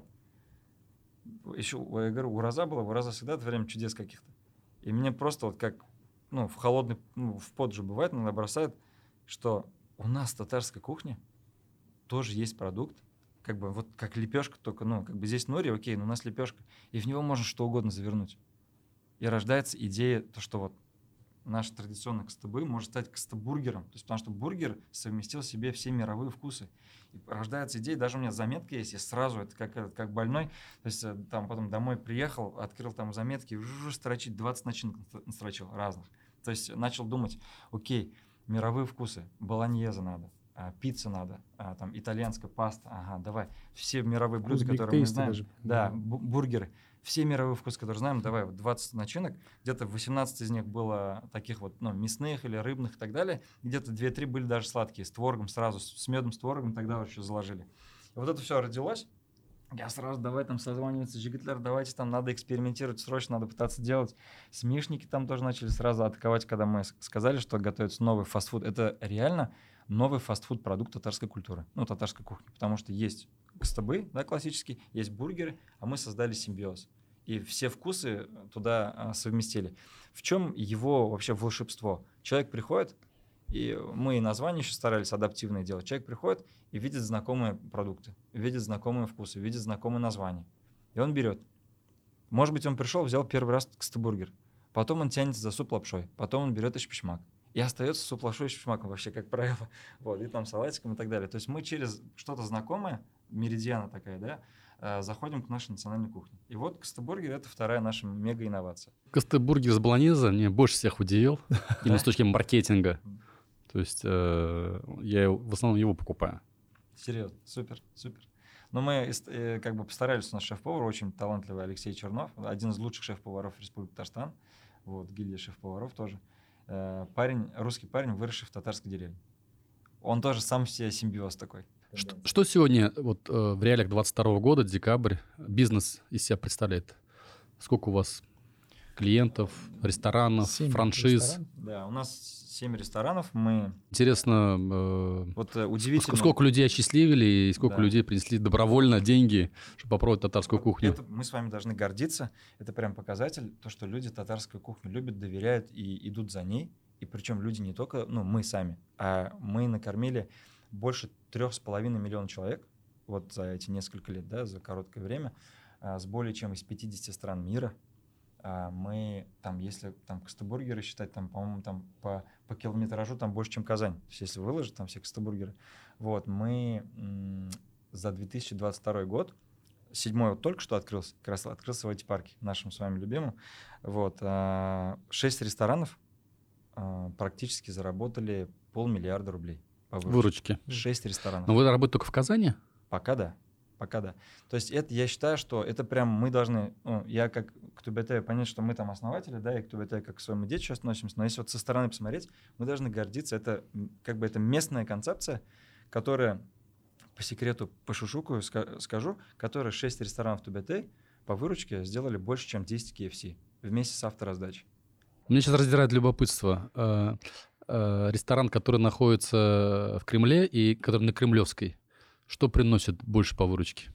еще, я говорю, ураза была, ураза всегда это время чудес каких-то. И мне просто вот как, в холодный, в пот же бывает, иногда бросает, что у нас в татарской кухне тоже есть продукт, как бы вот как лепешка, только, как бы здесь нори, окей, но у нас лепешка, и в него можно что угодно завернуть. И рождается идея, то, что вот наш традиционный кастебы может стать кастебургером, то есть потому что бургер совместил в себе все мировые вкусы. И рождается идея, даже у меня заметка есть, я сразу, это как больной, то есть там потом домой приехал, открыл там заметки, строчить, 20 начинок настрочил разных. То есть начал думать, окей, мировые вкусы, болоньезе надо, пицца надо, там итальянская паста, ага, давай, все мировые блюда, Узбек которые мы тейсты знаем, даже. да, бургеры, все мировые вкусы, которые знаем, давай, вот 20 начинок, где-то 18 из них было таких вот, ну, мясных или рыбных и так далее, где-то 2-3 были даже сладкие, с творогом сразу, с медом, с творогом, тогда вообще заложили. И вот это все родилось. Я сразу давай там созваниваться, Жигитлер, давайте там надо экспериментировать, срочно надо пытаться делать. Смешники там тоже начали сразу атаковать, когда мы сказали, что готовится новый фастфуд. Это реально новый фастфуд-продукт татарской культуры, ну, татарской кухни, потому что есть кыстыбы, да, классические, есть бургеры, а мы создали симбиоз. И все вкусы туда совместили. В чем его вообще волшебство? Человек приходит, и мы и название еще старались адаптивное делать. Человек приходит и видит знакомые продукты, видит знакомые вкусы, видит знакомые названия. И он берет. Может быть, он пришел, взял первый раз кыстыбургер. Потом он тянется за суп-лапшой. Потом он берет ишпишмак. И остается суп-лапшой и ишпишмаком вообще, как правило. Вот, и там салатиком и так далее. То есть мы через что-то знакомое, меридиана такая, да, заходим к нашей национальной кухне. И вот кыстыбургер — это вторая наша мега-инновация. Кыстыбургер с болоньезе мне больше всех удивил, именно с точки маркетинга. То есть я в основном его покупаю. Серьезно, супер, супер. Но мы как бы постарались, у нас шеф-повар очень талантливый Алексей Чернов, один из лучших шеф-поваров Республики Татарстан, вот, гильдия шеф-поваров тоже. Парень, русский парень, выросший в татарской деревне. Он тоже сам себе симбиоз такой. Что сегодня вот, в реалиях 22 года, декабрь, бизнес из себя представляет? Сколько у вас клиентов, ресторанов, 7 франшиз? ресторанов. Да, у нас 7 ресторанов. Мы Интересно, вот удивительно. сколько людей осчастливили и сколько Да. людей принесли добровольно деньги, чтобы попробовать татарскую кухню? Это мы с вами должны гордиться. Это прям показатель, то, что люди татарскую кухню любят, доверяют и идут за ней. И причем люди не только, ну, мы сами, а мы накормили больше 3,5 миллиона человек вот за эти несколько лет, да, за короткое время, с более чем из 50 стран мира. Мы там, если там кыстыбургеры считать, там, по-моему, там по километражу там больше, чем Казань. То есть если выложить там все кыстыбургеры, вот, мы за 2022 год, 7-й вот только что открылся, как раз открылся в IT-парке, нашим с вами любимым, вот, 6 ресторанов практически заработали 500 миллиарда рублей по выручке. Выручки. 6 ресторанов. Но вы работаете только в Казани? Пока да. Пока да. То есть это, я считаю, что это прям мы должны, ну, я как к ТУБТ понять, что мы там основатели, да, и к ТУБТ как к своему детищу относимся, но если вот со стороны посмотреть, мы должны гордиться, это как бы это местная концепция, которая, по секрету, по шушуку скажу, которая 6 ресторанов ТУБТ по выручке сделали больше, чем 10 KFC вместе с автораздачей. Меня сейчас раздирает любопытство. Ресторан, который находится в Кремле и который на Кремлевской, что приносит больше по выручке?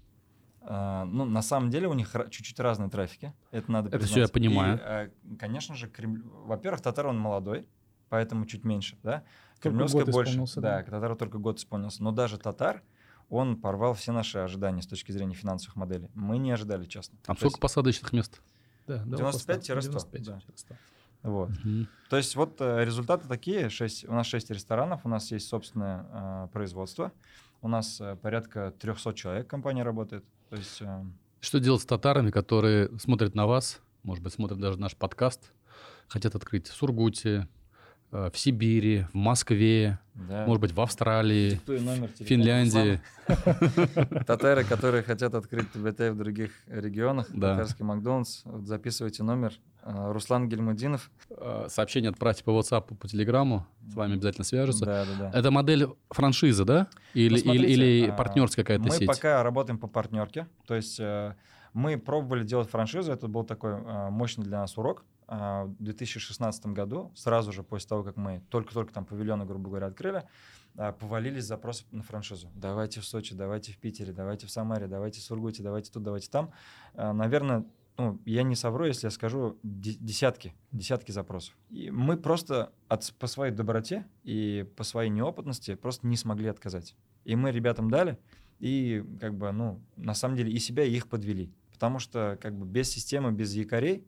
Ну, на самом деле у них чуть-чуть разные трафики. Это надо признать. Это все я понимаю. И, конечно же, во-первых, Татар он молодой, поэтому чуть меньше, да. Только Кремлевская год больше. исполнился, Да, да. Татару только год исполнился. Но даже Татар, он порвал все наши ожидания с точки зрения финансовых моделей. Мы не ожидали, честно. А То сколько есть посадочных мест? Да, 95-100, да. 95-100. Вот. Мгм. То есть вот результаты такие. У нас 6 ресторанов, у нас есть собственное производство. У нас порядка 300 человек компания работает. То есть, Что делать с татарами, которые смотрят на вас, может быть, смотрят даже наш подкаст, хотят открыть в Сургуте, в Сибири, в Москве, да. может быть, в Австралии, Диктуй номер в телефона Финляндии. Руслана. Татары, которые хотят открыть ТБТ в других регионах, Да. татарский Макдональдс, вот записывайте номер. Руслан Гельмудинов. Сообщение отправьте по WhatsApp, по Телеграму, с вами обязательно свяжутся. Да, да, да. Это модель франшизы, да? Или, Ну, смотрите, или партнерская какая-то мы сеть? пока работаем по партнерке. То есть мы пробовали делать франшизу. Это был такой мощный для нас урок. В 2016 году, сразу же после того, как мы только-только там павильоны, грубо говоря, открыли, повалились запросы на франшизу. Давайте в Сочи, давайте в Питере, давайте в Самаре, давайте в Сургуте, давайте тут, давайте там. Наверное, ну, я не совру, если я скажу десятки запросов. И мы просто по своей доброте и по своей неопытности просто не смогли отказать. И мы ребятам дали, и как бы, ну, на самом деле и себя, и их подвели. Потому что как бы без системы, без якорей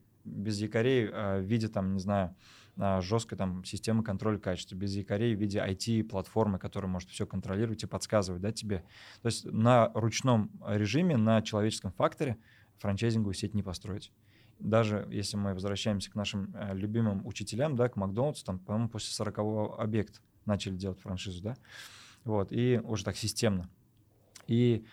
в виде, там, не знаю, жесткой там системы контроля качества, без якорей в виде IT-платформы, которая может все контролировать и подсказывать, да, тебе. То есть на ручном режиме, на человеческом факторе франчайзинговую сеть не построить. Даже если мы возвращаемся к нашим любимым учителям, да, к Макдональдсу, там, по-моему, после 40-го объекта начали делать франшизу, да. Вот, и уже так системно. И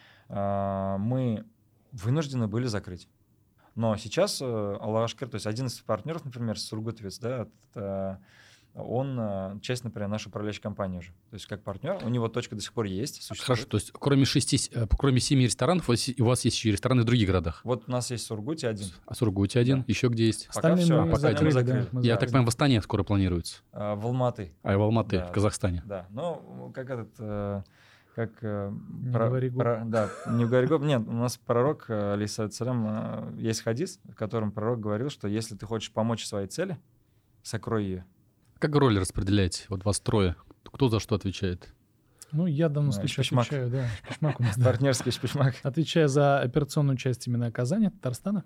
мы вынуждены были закрыть. Но сейчас Аллах Ашкер, то есть один из партнеров, например, Сургутовец, да, он часть, например, нашей управляющей компании уже. То есть как партнер, у него точка до сих пор есть. Существует. Хорошо, то есть кроме 7 ресторанов, у вас есть еще и рестораны в других городах? Вот у нас есть в Сургуте один. А в Сургуте один? Да. Еще где есть? Пока все, мы пока закрыли, закрыли. да, мы Я закрыли. так понимаю, в Астане скоро планируется. В Алматы. А и в Алматы, Да. в Казахстане. Да, ну, как этот... Как, Не говори гоп. да, не говори гоп. Нет, у нас пророк, алейхиссалям, есть хадис, в котором пророк говорил, что если ты хочешь помочь своей цели, сокрой ее. Как роли распределяете? Вот вас трое. Кто за что отвечает? Ну, я в данном Да, случае шпишмак. отвечаю, да. Шпишмак у нас, да. Партнерский шпишмак. Отвечаю за операционную часть именно Казани, Татарстана.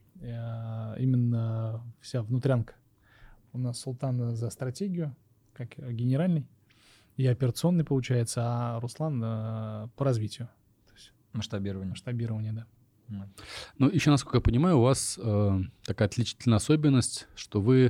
Именно вся внутрянка. У нас Султан за стратегию, как генеральный. И операционный, получается, а Руслан по развитию. То есть Масштабирование. масштабирование, да. Ну, еще, насколько я понимаю, у вас такая отличительная особенность, что вы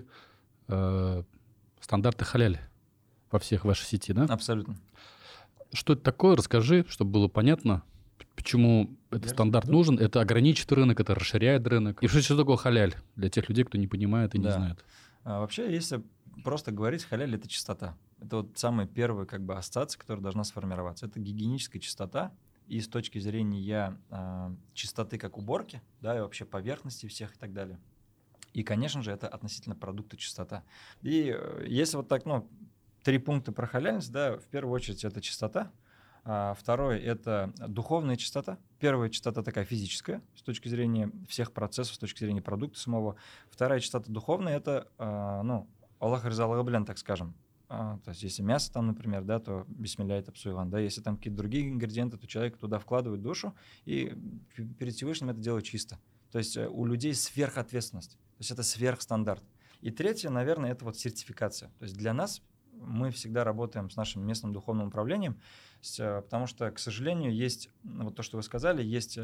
стандарты халяль во всех вашей сети, да? Абсолютно. Что это такое? Расскажи, чтобы было понятно, почему этот стандарт нужен. Это ограничивает рынок, это расширяет рынок. И что такое халяль для тех людей, кто не понимает и не Да. знает? Вообще, если просто говорить, халяль — это чистота. Это вот самая первая как бы ассоциация, которая должна сформироваться. Это гигиеническая чистота. И с точки зрения чистоты как уборки, да, и вообще поверхности всех и так далее. И, конечно же, это относительно продукта чистота. И если вот так, 3 пункта про халяльность, да, в первую очередь это чистота. Второе — это духовная чистота. Первая чистота такая физическая, с точки зрения всех процессов, с точки зрения продукта самого. Вторая чистота духовная — это, Аллах ризалага билан, так скажем. То есть если мясо там, например, да, то бисмилля это псуйлан, да, если там какие-то другие ингредиенты, то человек туда вкладывает душу и перед Всевышним это делает чисто. То есть у людей сверхответственность, то есть это сверхстандарт. И третье, наверное, это вот сертификация. То есть для нас мы всегда работаем с нашим местным духовным управлением, потому что, к сожалению, есть, вот то, что вы сказали, есть,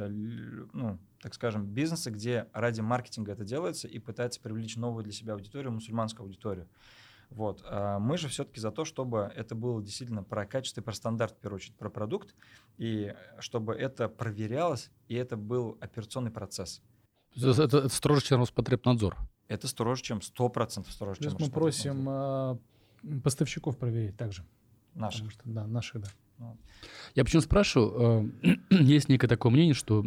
так скажем, бизнесы, где ради маркетинга это делается и пытаются привлечь новую для себя аудиторию, мусульманскую аудиторию. Вот. Мы же все-таки за то, чтобы это было действительно про качество и про стандарт, в первую очередь, про продукт, и чтобы это проверялось, и это был операционный процесс. Это строже, чем Роспотребнадзор. Это строже, чем 100% строже, Плюс чем мы Роспотребнадзор. просим поставщиков проверить также. Наших. Потому что, да, наших, да. Я почему спрашиваю, есть некое такое мнение, что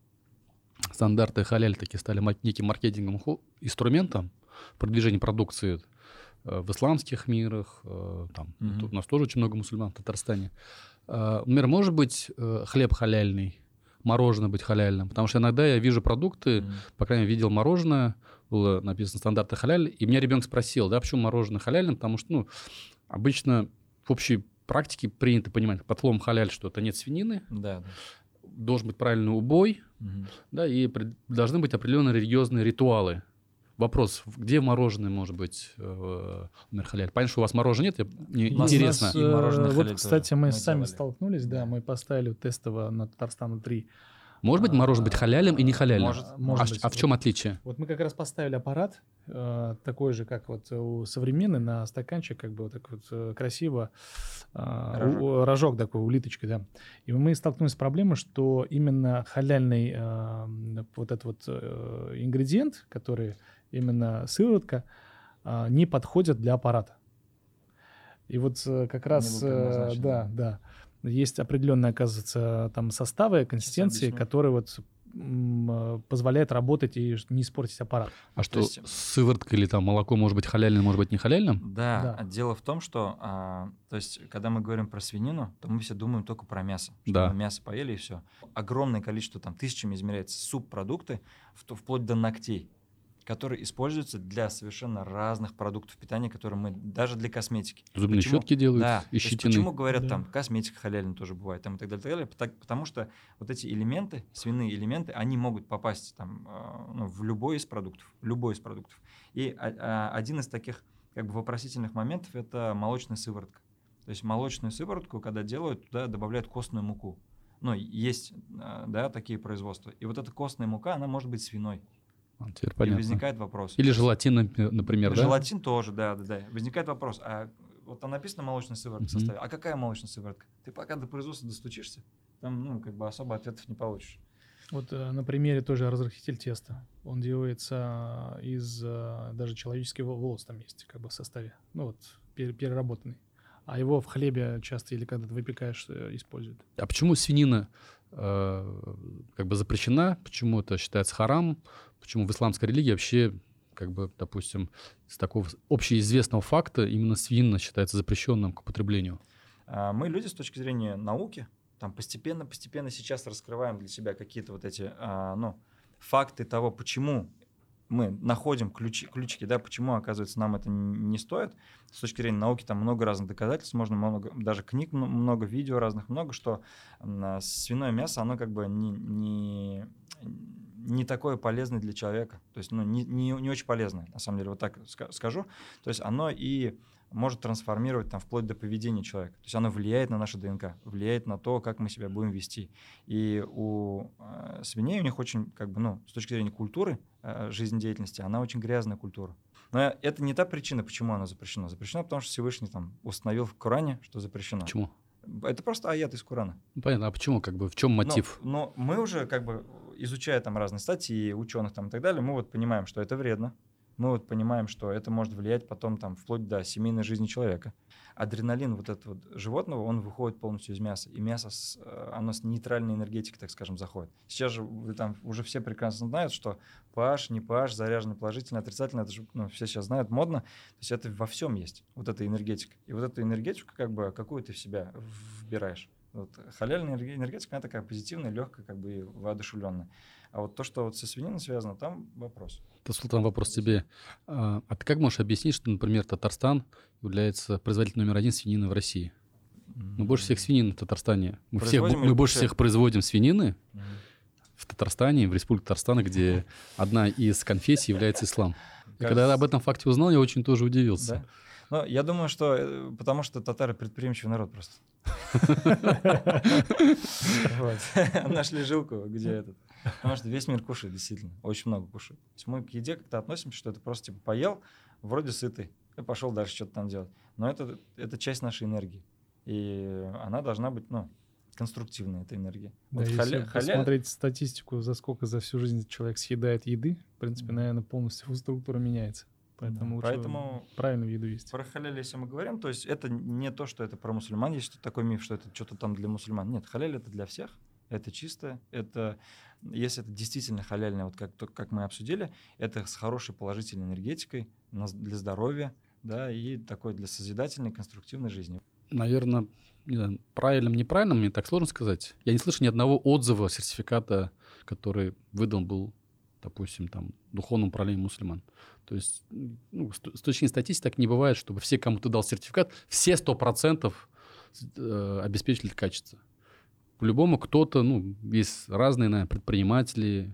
стандарты халяль таки стали неким маркетинговым инструментом в продвижении продукции в исламских мирах. Там, тут у нас тоже очень много мусульман в Татарстане. Например, может быть хлеб халяльный, мороженое быть халяльным? Потому что иногда я вижу продукты, по крайней мере, видел мороженое, было написано стандарты халяль, и меня ребенок спросил, да, почему мороженое халяльным? Потому что, обычно в общей практике принято понимать под словом халяль, что это нет свинины, Да. должен быть правильный убой, да, и должны быть определенные религиозные ритуалы. Вопрос, где мороженое может быть халяль? Понятно, что у вас мороженого нет, мне У нас интересно. и мороженое Вот, халяль кстати, тоже. мы Мы сами делали. столкнулись, да, Да. мы поставили тестово на Татарстану 3. Может быть мороженое быть халялем и не халялем? Может быть. А в чем отличие? Вот мы как раз поставили аппарат, такой же, как вот у современный, на стаканчик, как бы вот так вот красиво, рожок такой, улиточкой, да. И мы столкнулись с проблемой, что именно халяльный вот этот вот ингредиент, который именно сыворотка, не подходит для аппарата. И вот как раз, был предназначен, да, есть определенные, оказывается, там составы, консистенции, объясню. которые вот позволяют работать и не испортить аппарат. А что, есть- сыворотка или там молоко может быть халяльным, может быть не халяльным? Да, Да. дело в том, что, то есть, когда мы говорим про свинину, то мы все думаем только про мясо. Что Да. мы мясо поели и все. Огромное количество, там, тысячами измеряется субпродукты, вплоть до ногтей, которые используются для совершенно разных продуктов питания, которые мы, даже для косметики. Зубные Почему? щетки делают Да, из то есть щетины. почему говорят Да. там косметика халяльная тоже бывает там, и так далее, потому что вот эти элементы, свиные элементы, они могут попасть там, в любой из продуктов, И один из таких как бы вопросительных моментов — это молочная сыворотка. То есть молочную сыворотку, когда делают, туда добавляют костную муку. Есть, да, такие производства. И вот эта костная мука, она может быть свиной. Теперь И понятно. возникает вопрос. Или желатин, например, да? Желатин тоже, да. Возникает вопрос, вот там написано молочная сыворотка в составе, а какая молочная сыворотка? Ты пока до производства достучишься, там, ну, как бы особо ответов не получишь. Вот на примере тоже разрыхлитель теста. Он делается из даже человеческих волос там есть как бы в составе. Ну вот переработанный. А его в хлебе часто или когда ты выпекаешь используют. А почему свинина как бы запрещена? Почему это считается харам? Почему в исламской религии вообще, как бы, допустим, с такого общеизвестного факта именно свинина считается запрещенным к употреблению? Мы люди с точки зрения науки, там постепенно сейчас раскрываем для себя какие-то вот эти факты того, почему мы находим ключики, да, почему, оказывается, нам это не стоит. С точки зрения науки там много разных доказательств, можно много, даже книг много, видео разных, много, что свиное мясо, оно как бы не такое полезное для человека. То есть, ну, не очень полезное, на самом деле, вот так скажу. То есть оно и может трансформировать там вплоть до поведения человека. То есть оно влияет на наше ДНК, влияет на то, как мы себя будем вести. И у свиней у них очень, как бы, ну, с точки зрения культуры, жизнедеятельности, она очень грязная культура. Но это не та причина, почему она запрещена. Запрещена, потому что Всевышний там установил в Коране, что запрещено. Почему? Это просто аят из Корана. Понятно, а почему, как бы, в чем мотив? Но мы уже, как бы, изучая там разные статьи, ученых там и так далее, мы вот понимаем, что это вредно. Мы вот понимаем, что это может влиять потом там вплоть до семейной жизни человека. Адреналин вот этого вот животного, он выходит полностью из мяса. И мясо, оно с нейтральной энергетикой, так скажем, заходит. Сейчас же там уже все прекрасно знают, что pH, не pH, заряженный, положительный, отрицательный, это же, ну, все сейчас знают, модно. То есть это во всем есть, вот эта энергетика. И вот эту энергетику, как бы, какую ты в себя вбираешь. Вот халяльная энергетика, она такая позитивная, легкая, как бы, и воодушевленная. А вот то, что вот со свининой связано, там вопрос. Султан, вопрос тебе. А ты как можешь объяснить, что, например, Татарстан является производителем номер 1 свинины в России? Мы больше всех свинин в Татарстане. Мы больше всех производим свинины в Татарстане, в Республике Татарстан, где одна из конфессий является ислам. И когда я об этом факте узнал, я очень тоже удивился. Да? Ну, я думаю, что потому что татары предприимчивый народ просто. Нашли жилку, где этот. Потому что весь мир кушает, действительно. Очень много кушает. То есть мы к еде как-то относимся, что это просто типа поел, вроде сытый, и пошел дальше что-то там делать. Но это часть нашей энергии. И она должна быть, ну, конструктивная, эта энергия. Да, вот если посмотреть статистику, за сколько за всю жизнь человек съедает еды, в принципе, наверное, полностью его структура меняется. Поэтому лучше правильную еду есть. Про халяль, если мы говорим, то есть это не то, что это про мусульман, есть такой миф, что это что-то там для мусульман. Нет, халяль — это для всех, это чисто, это, если это действительно халяльное, вот как мы обсудили, это с хорошей положительной энергетикой для здоровья, да, и такой для созидательной, конструктивной жизни. Наверное, не знаю, правильным, неправильным, мне так сложно сказать. Я не слышу ни одного отзыва, сертификата, который выдан был, допустим, там, духовным управлением мусульман. То есть, ну, с точки зрения статистики так не бывает, чтобы все, кому ты дал сертификат, все 100% обеспечили качество. По-любому кто-то, ну, есть разные, наверное, предприниматели.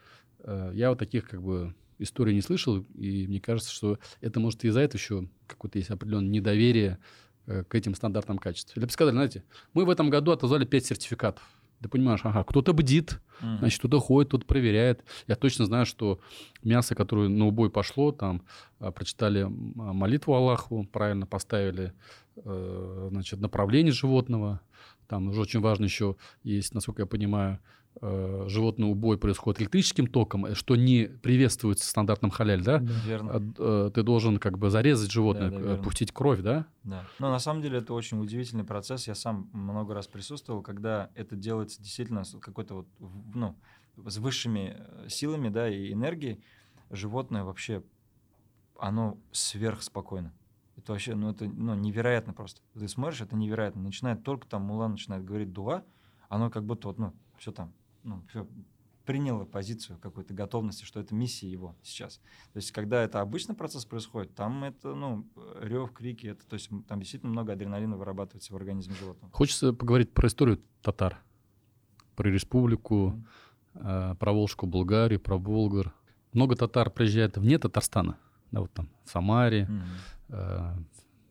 Я вот таких, как бы, историй не слышал, и мне кажется, что это может из-за этого еще какое-то есть определенное недоверие к этим стандартам качества. Или бы сказали, знаете, мы в этом году отозвали 5 сертификатов. Ты понимаешь, ага, кто-то бдит, значит, кто-то ходит, кто-то проверяет. Я точно знаю, что мясо, которое на убой пошло, там, прочитали молитву Аллаху, правильно поставили, значит, направление животного. Там уже очень важно еще есть, насколько я понимаю, животный убой происходит электрическим током, что не приветствуется стандартным халяль, да? Верно. Ты должен как бы зарезать животное, пустить кровь, да? Да. Но на самом деле это очень удивительный процесс. Я сам много раз присутствовал, когда это делается действительно с какой-то вот, ну, с высшими силами, да, и энергией. Животное вообще, оно сверхспокойно. Это вообще, ну, это, ну, невероятно просто. Ты смотришь, это невероятно. Начинает только там мулла начинает говорить дуа, оно как будто вот, ну, все там, ну, все приняло позицию какой-то готовности, что это миссия его сейчас. То есть, когда это обычный процесс происходит, там это, ну, рев, крики, это, то есть, там действительно много адреналина вырабатывается в организме животного. Хочется поговорить про историю татар, про республику, про Волжскую Булгарию, про болгар. Много татар приезжает вне Татарстана, да, вот там в Самаре, в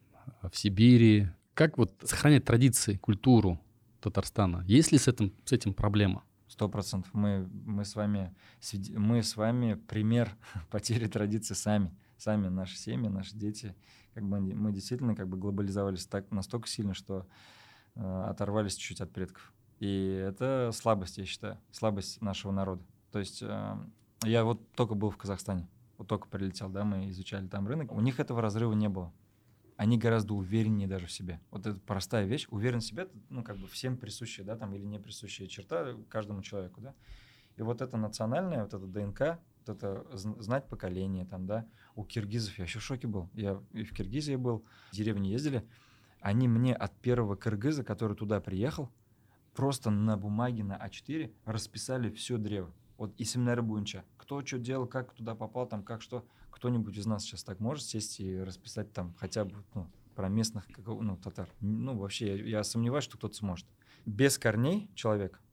Сибири. Как вот сохранять традиции, культуру Татарстана? Есть ли с этим проблема? 100%. Мы с вами пример потери традиций сами. Сами наши семьи, наши дети, как бы мы действительно как бы глобализовались настолько сильно, что оторвались чуть-чуть от предков. И это слабость, я считаю, слабость нашего народа. То есть я вот только был в Казахстане, вот только прилетел, да, мы изучали там рынок. У них этого разрыва не было. Они гораздо увереннее даже в себе. Вот это простая вещь. Уверенность в себе, ну, как бы всем присущая, да, там, или не присущая черта каждому человеку, да. И вот это национальное, вот это ДНК, вот это знать поколение, там, да. У киргизов я еще в шоке был. Я и в Киргизии был, в деревне ездили. Они мне от первого кыргыза, который туда приехал, просто на бумаге на А4 расписали все древо. Вот и семинары Буинча. Кто что делал, как туда попал, там, как что. Кто-нибудь из нас сейчас так может сесть и расписать там хотя бы про местных татар? Ну, вообще, я сомневаюсь, что кто-то сможет. Без корней человек,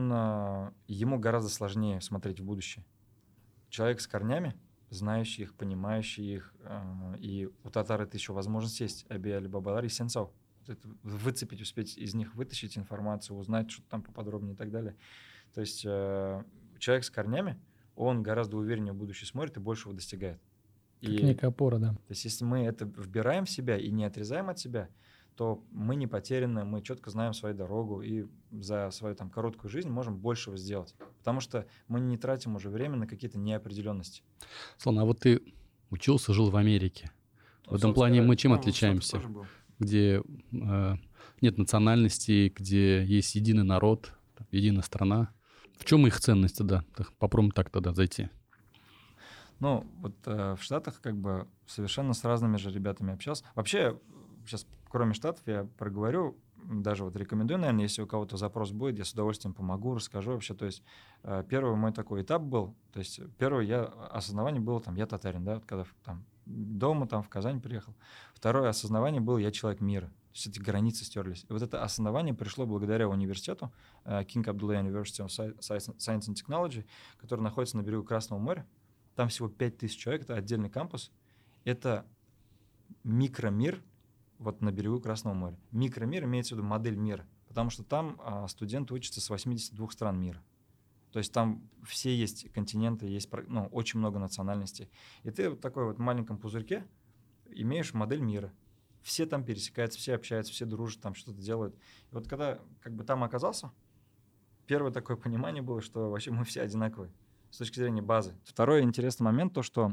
ему гораздо сложнее смотреть в будущее. Человек с корнями, знающий их, понимающий их, и у татар это еще возможность есть. Аби Али-Бабалар и Сенцов. Выцепить, успеть из них вытащить информацию, узнать что-то там поподробнее и так далее. То есть человек с корнями, он гораздо увереннее в будущее смотрит и большего достигает. Как некая опора, да. То есть если мы это вбираем в себя и не отрезаем от себя, то мы не потеряны, мы четко знаем свою дорогу и за свою там короткую жизнь можем большего сделать. Потому что мы не тратим уже время на какие-то неопределенности. Слон, а вот ты учился, жил в Америке. В этом плане мы чем отличаемся? Где нет национальностей, где есть единый народ, единая страна. В чем их ценность тогда? Попробуем так тогда зайти. Ну, вот в Штатах как бы совершенно с разными же ребятами общался. Вообще, сейчас кроме Штатов я проговорю, даже вот рекомендую, наверное, если у кого-то запрос будет, я с удовольствием помогу, расскажу вообще. То есть первый мой такой этап был, то есть первое осознавание было, там, я татарин, да, вот когда там дома там в Казань приехал. Второе осознавание было, я человек мира. То есть эти границы стерлись. И вот это осознавание пришло благодаря университету King Abdullah University of Science and Technology, который находится на берегу Красного моря. Там всего 5000 человек, это отдельный кампус. Это микромир вот на берегу Красного моря. Микромир имеется в виду модель мира, потому что там студенты учатся с 82 стран мира. То есть там все есть континенты, есть очень много национальностей. И ты в такой вот маленьком пузырьке имеешь модель мира. Все там пересекаются, все общаются, все дружат, там что-то делают. И вот когда как бы там оказался, первое такое понимание было, что вообще мы все одинаковые с точки зрения базы. Второй интересный момент, то, что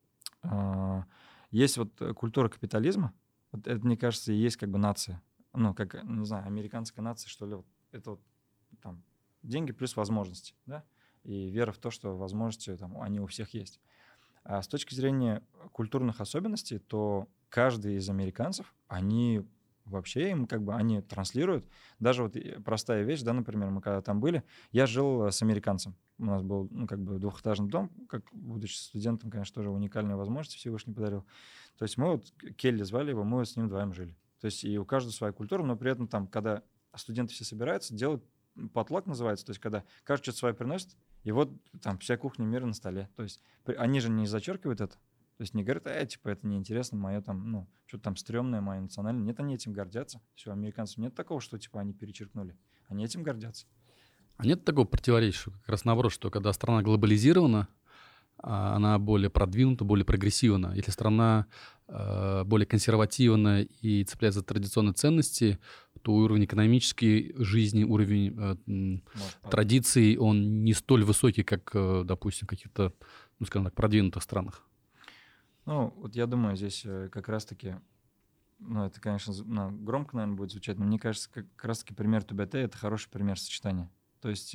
есть вот культура капитализма, вот это, мне кажется, и есть как бы нация. Ну, как, не знаю, американская нация, что ли. Вот это вот там деньги плюс возможности, да, и вера в то, что возможности там, они у всех есть. А с точки зрения культурных особенностей, то каждый из американцев, они вообще им как бы, они транслируют. Даже вот простая вещь, да, например, мы когда там были, я жил с американцем. У нас был, как бы двухэтажный дом, как, будучи студентом, конечно, тоже уникальная возможность Всевышний подарил. То есть мы вот, Келли звали его, мы вот с ним вдвоем жили. То есть и у каждого своя культура, но при этом там, когда студенты все собираются, делают потлак называется, то есть когда каждый что-то свое приносит, и вот там вся кухня мира на столе. То есть они же не зачеркивают это. То есть не говорят, типа, это неинтересно, мое там, что-то там стрёмное, мое национальное. Нет, они этим гордятся. Все, у американцев нет такого, что, типа, они перечеркнули. Они этим гордятся. А нет такого противоречия, что как раз наоборот, что когда страна глобализирована, она более продвинута, более прогрессивна. Если страна более консервативна и цепляется за традиционные ценности, то уровень экономической жизни, уровень традиций, он не столь высокий, как, допустим, в каких-то, скажем так, продвинутых странах. Вот я думаю, здесь как раз-таки, это, конечно, громко, наверное, будет звучать, но мне кажется, как раз-таки пример Тубяте — это хороший пример сочетания. То есть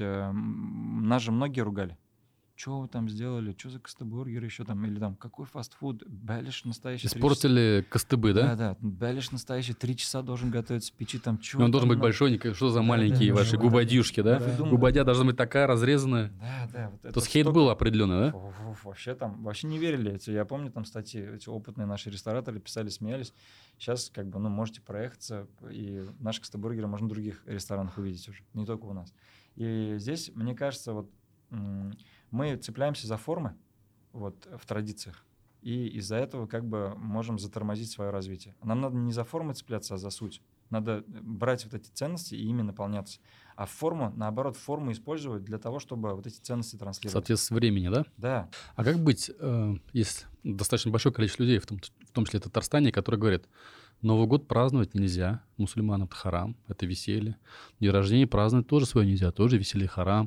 нас же многие ругали. Что вы там сделали, что за костыбургеры еще там, или там, какой фастфуд, Бэлиш настоящий. Испортили костыбы, да? Да, Бэлиш настоящий 3 часа должен готовиться в печи, там, что. Он должен быть большой, что за маленькие ваши губадюшки, да? Губадя должна быть такая разрезанная. Да. То есть хейт был определенно, да? Вообще не верили. Я помню там статьи, эти опытные наши рестораторы писали, смеялись. Сейчас как бы, можете проехаться, и наши костыбургеры можно в других ресторанах увидеть уже, не только у нас. И здесь, мне кажется, вот мы цепляемся за формы вот, в традициях, и из-за этого как бы можем затормозить свое развитие. Нам надо не за формы цепляться, а за суть. Надо брать вот эти ценности и ими наполняться. А наоборот, форму использовать для того, чтобы вот эти ценности транслировать. Соответственно, времени, да? Да. А как быть, есть достаточно большое количество людей, в том в том числе в Татарстане, которые говорят, Новый год праздновать нельзя, мусульманам это харам, это веселье. День рождения праздновать тоже свое нельзя, тоже веселье харам.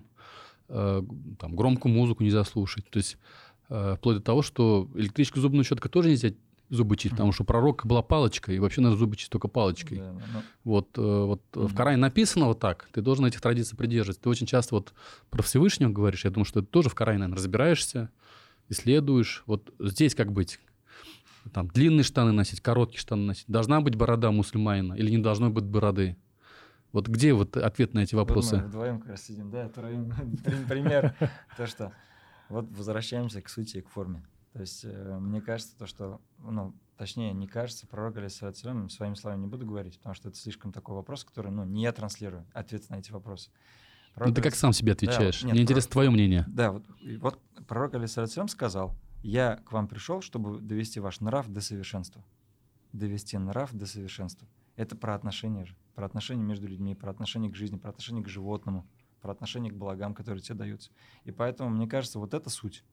Там громкую музыку нельзя слушать. То есть вплоть до того, что электрическую зубную щеткой тоже нельзя зубы чистить, потому что у пророка была палочка, и вообще надо зубы чистить только палочкой. Да, Вот в Коране написано вот так, ты должен этих традиций придерживаться. Ты очень часто вот про Всевышнего говоришь, я думаю, что ты тоже в Коране, наверное, разбираешься, исследуешь. Вот здесь как быть? Там длинные штаны носить, короткие штаны носить. Должна быть борода мусульманина или не должно быть бороды? Вот где вот ответ на эти вопросы? Вот мы вдвоем как раз сидим, да, пример. То, что вот возвращаемся к сути и к форме. То есть мне кажется, то, что, точнее, не кажется, пророк, алейхиссалям, своими словами не буду говорить, потому что это слишком такой вопрос, который, не я транслирую ответ на эти вопросы. Ты как сам себе отвечаешь? Да, Мне интересно твое мнение. Да, вот пророк, алейхиссалям, сказал, я к вам пришел, чтобы довести ваш нрав до совершенства. Довести нрав до совершенства. Это про отношения же, про отношения между людьми, про отношения к жизни, про отношения к животному, про отношения к благам, которые тебе даются. И поэтому, мне кажется, вот это суть.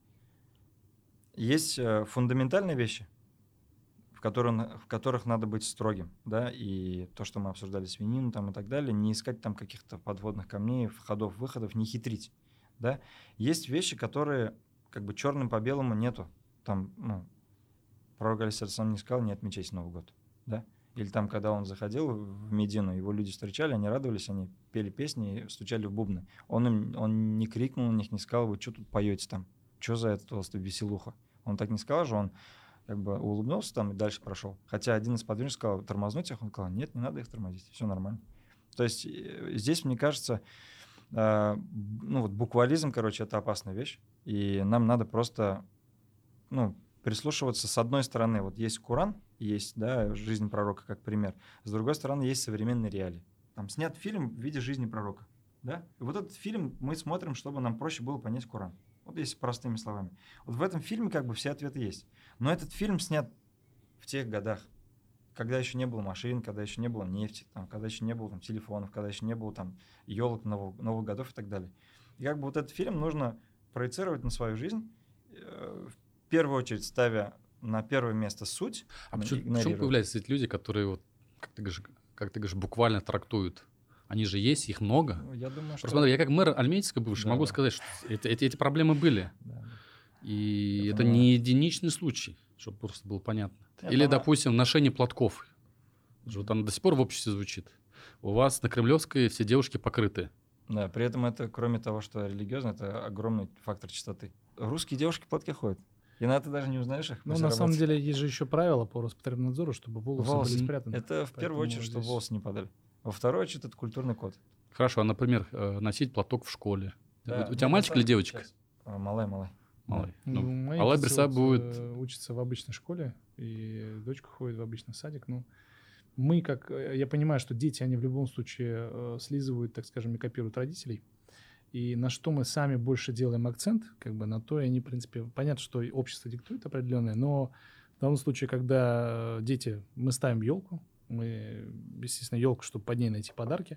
Есть фундаментальные вещи, в которых надо быть строгим, да, и то, что мы обсуждали, свинину там и так далее, не искать там каких-то подводных камней, входов, выходов, не хитрить, да. Есть вещи, которые как бы черным по белому нету. Там, пророк алейхиссалям не сказал, не отмечайте Новый год, да. Или там, когда он заходил в Медину, его люди встречали, они радовались, они пели песни, стучали в бубны. Он не крикнул на них, не сказал, вы что тут поете там? Что за это просто веселуха? Он так не сказал же, он как бы улыбнулся там и дальше прошел. Хотя один из подвижников сказал, тормознуть их, он сказал, нет, не надо их тормозить, все нормально. То есть здесь, мне кажется, буквализм, это опасная вещь, и нам надо просто, прислушиваться с одной стороны, вот есть Коран, есть, да, жизнь пророка как пример, с другой стороны есть современные реалии. Там снят фильм в виде жизни пророка, да, и вот этот фильм мы смотрим, чтобы нам проще было понять Коран. Вот если простыми словами. Вот в этом фильме как бы все ответы есть. Но этот фильм снят в тех годах, когда еще не было машин, когда еще не было нефти, там, когда еще не было там, телефонов, когда еще не было там елок, новых годов и так далее. И как бы вот этот фильм нужно проецировать на свою жизнь, в первую очередь ставя на первое место суть. А почему появляются эти люди, которые, вот, как ты говоришь, буквально трактуют? Они же есть, их много. Я думаю, что... Смотри, я как мэр Альметьевска бывший могу сказать, что эти проблемы были. Да. И это не единичный случай, чтобы просто было понятно. Или, допустим, ношение платков. Вот оно до сих пор в обществе звучит. У вас на Кремлевской все девушки покрыты. Да, при этом это, кроме того, что религиозно, это огромный фактор чистоты. Русские девушки в платке ходят. Иногда ты даже не узнаешь их. Ну, на самом деле, есть же еще правила по Роспотребнадзору, чтобы волосы были спрятаны. Это в первую очередь, чтобы волосы не падали. Во вторую очередь, это культурный код. Хорошо, а, например, носить платок в школе. Да, у тебя мальчик или девочка? Малай. Малай. Алла Берса будет... учится в обычной школе, и дочка ходит в обычный садик. Мы, я понимаю, что дети, они в любом случае слизывают, так скажем, и копируют родителей. И на что мы сами больше делаем акцент, на то, и они, в принципе, понятно, что общество диктует определенное, но в данном случае, когда дети, мы ставим елку, мы, естественно, елку, чтобы под ней найти подарки.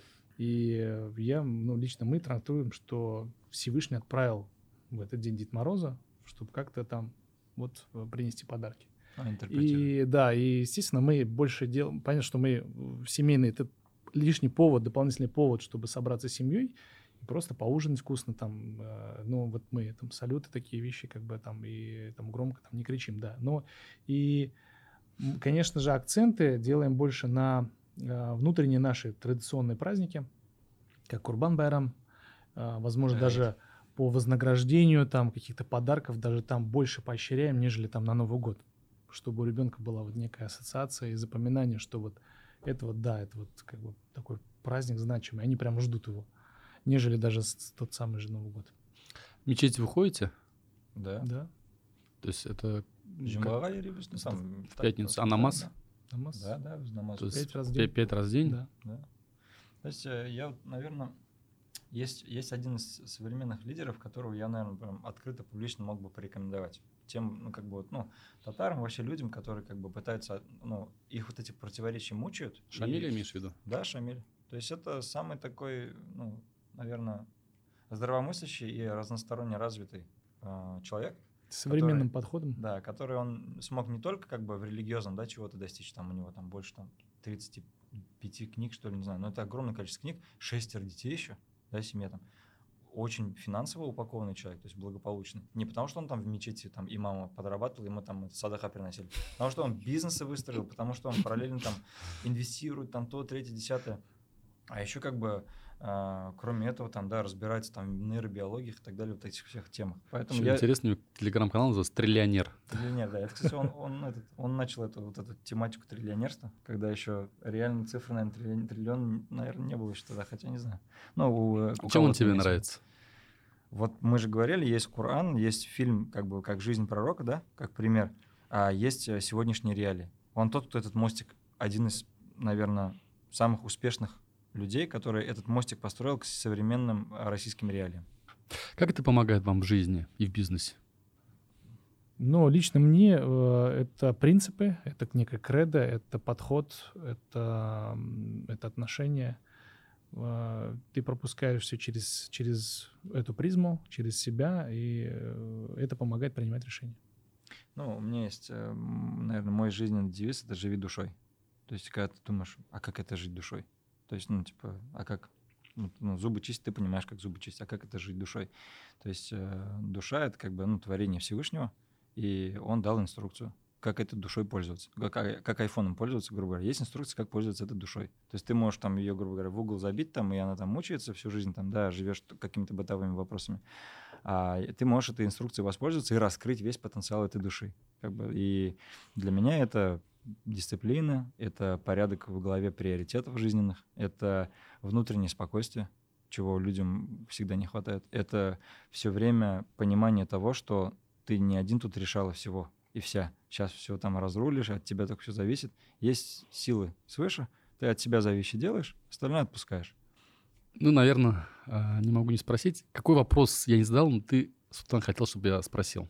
И лично мы трактуем, что Всевышний отправил в этот день Дед Мороза, чтобы как-то там принести подарки. И да, и, естественно, мы больше делаем... Понятно, что мы семейный... Это лишний повод, дополнительный повод, чтобы собраться с семьей и просто поужинать вкусно там. Мы там салюты, такие вещи, и там громко там не кричим, да. Но и... Конечно же, акценты делаем больше на внутренние наши традиционные праздники, как Курбан-Байрам, возможно, даже по вознаграждению там каких-то подарков даже там больше поощряем, нежели там на Новый год, чтобы у ребенка была некая ассоциация и запоминание, что это такой праздник значимый, они прям ждут его, нежели даже тот самый же Новый год. В мечеть вы ходите? Да. То есть это... в пятницу. А намаз? Намаз? Да, намаз. 5 раз в день? 5 раз в день? Да. То есть я, наверное, есть один из современных лидеров, которого я, наверное, прям открыто, публично мог бы порекомендовать. Тем, татарам, вообще людям, которые пытаются, их эти противоречия мучают. Шамиль имеешь в виду? Да, Шамиль. То есть это самый такой, наверное, здравомыслящий и разносторонне развитый человек. Современным подходом. Да, который он смог не только как бы в религиозном, да, чего-то достичь, там у него там больше там 35 книг, что ли, не знаю, но это огромное количество книг, 6 детей еще, да, семья там. Очень финансово упакованный человек, то есть благополучный. Не потому, что он там в мечети там имама подрабатывал, ему там садаха приносили, потому что он бизнесы выстроил, потому что он параллельно там инвестирует, там то, третье, десятое. А еще как бы, кроме этого, там, да, разбирается там в нейробиологиях и так далее, вот этих всех темах. Поэтому интересно, у него телеграм-канал называется «Триллионер». Триллионер, да. Это, кстати, он начал эту тематику триллионерства, когда еще реальные цифры, наверное, триллион, наверное, не было еще тогда, хотя не знаю. Но чем он тебе нравится? Вот мы же говорили, есть Коран, есть фильм как «Жизнь пророка», да, как пример, а есть сегодняшние реалии. Он тот, кто этот мостик, один из, наверное, самых успешных людей, который этот мостик построил к современным российским реалиям. Как это помогает вам в жизни и в бизнесе? Но лично мне это принципы, это некая кредо, это подход, это отношение. Ты пропускаешь все через эту призму, через себя, и это помогает принимать решения. Ну, у меня есть, наверное, мой жизненный девиз — это «живи душой». То есть, когда ты думаешь, а как это жить душой? То есть, а как? Зубы чистить, ты понимаешь, как зубы чистить, а как это жить душой? То есть, душа — это как бы, творение Всевышнего, и он дал инструкцию, как этой душой пользоваться, как айфоном пользоваться, грубо говоря. Есть инструкция, как пользоваться этой душой. То есть, ты можешь там ее, грубо говоря, в угол забить, там, и она там мучается всю жизнь, там, да, живешь какими-то бытовыми вопросами. А ты можешь этой инструкцией воспользоваться и раскрыть весь потенциал этой души. И для меня это дисциплина, это порядок в голове приоритетов жизненных, это внутреннее спокойствие, чего людям всегда не хватает. Это все время понимание того, что ты не один тут решала всего и вся. Сейчас все там разрулишь, от тебя только все зависит. Есть силы свыше, ты от себя зависящее делаешь, остальное отпускаешь. Наверное, не могу не спросить. Какой вопрос я не задал, но ты, Султан, хотел, чтобы я спросил?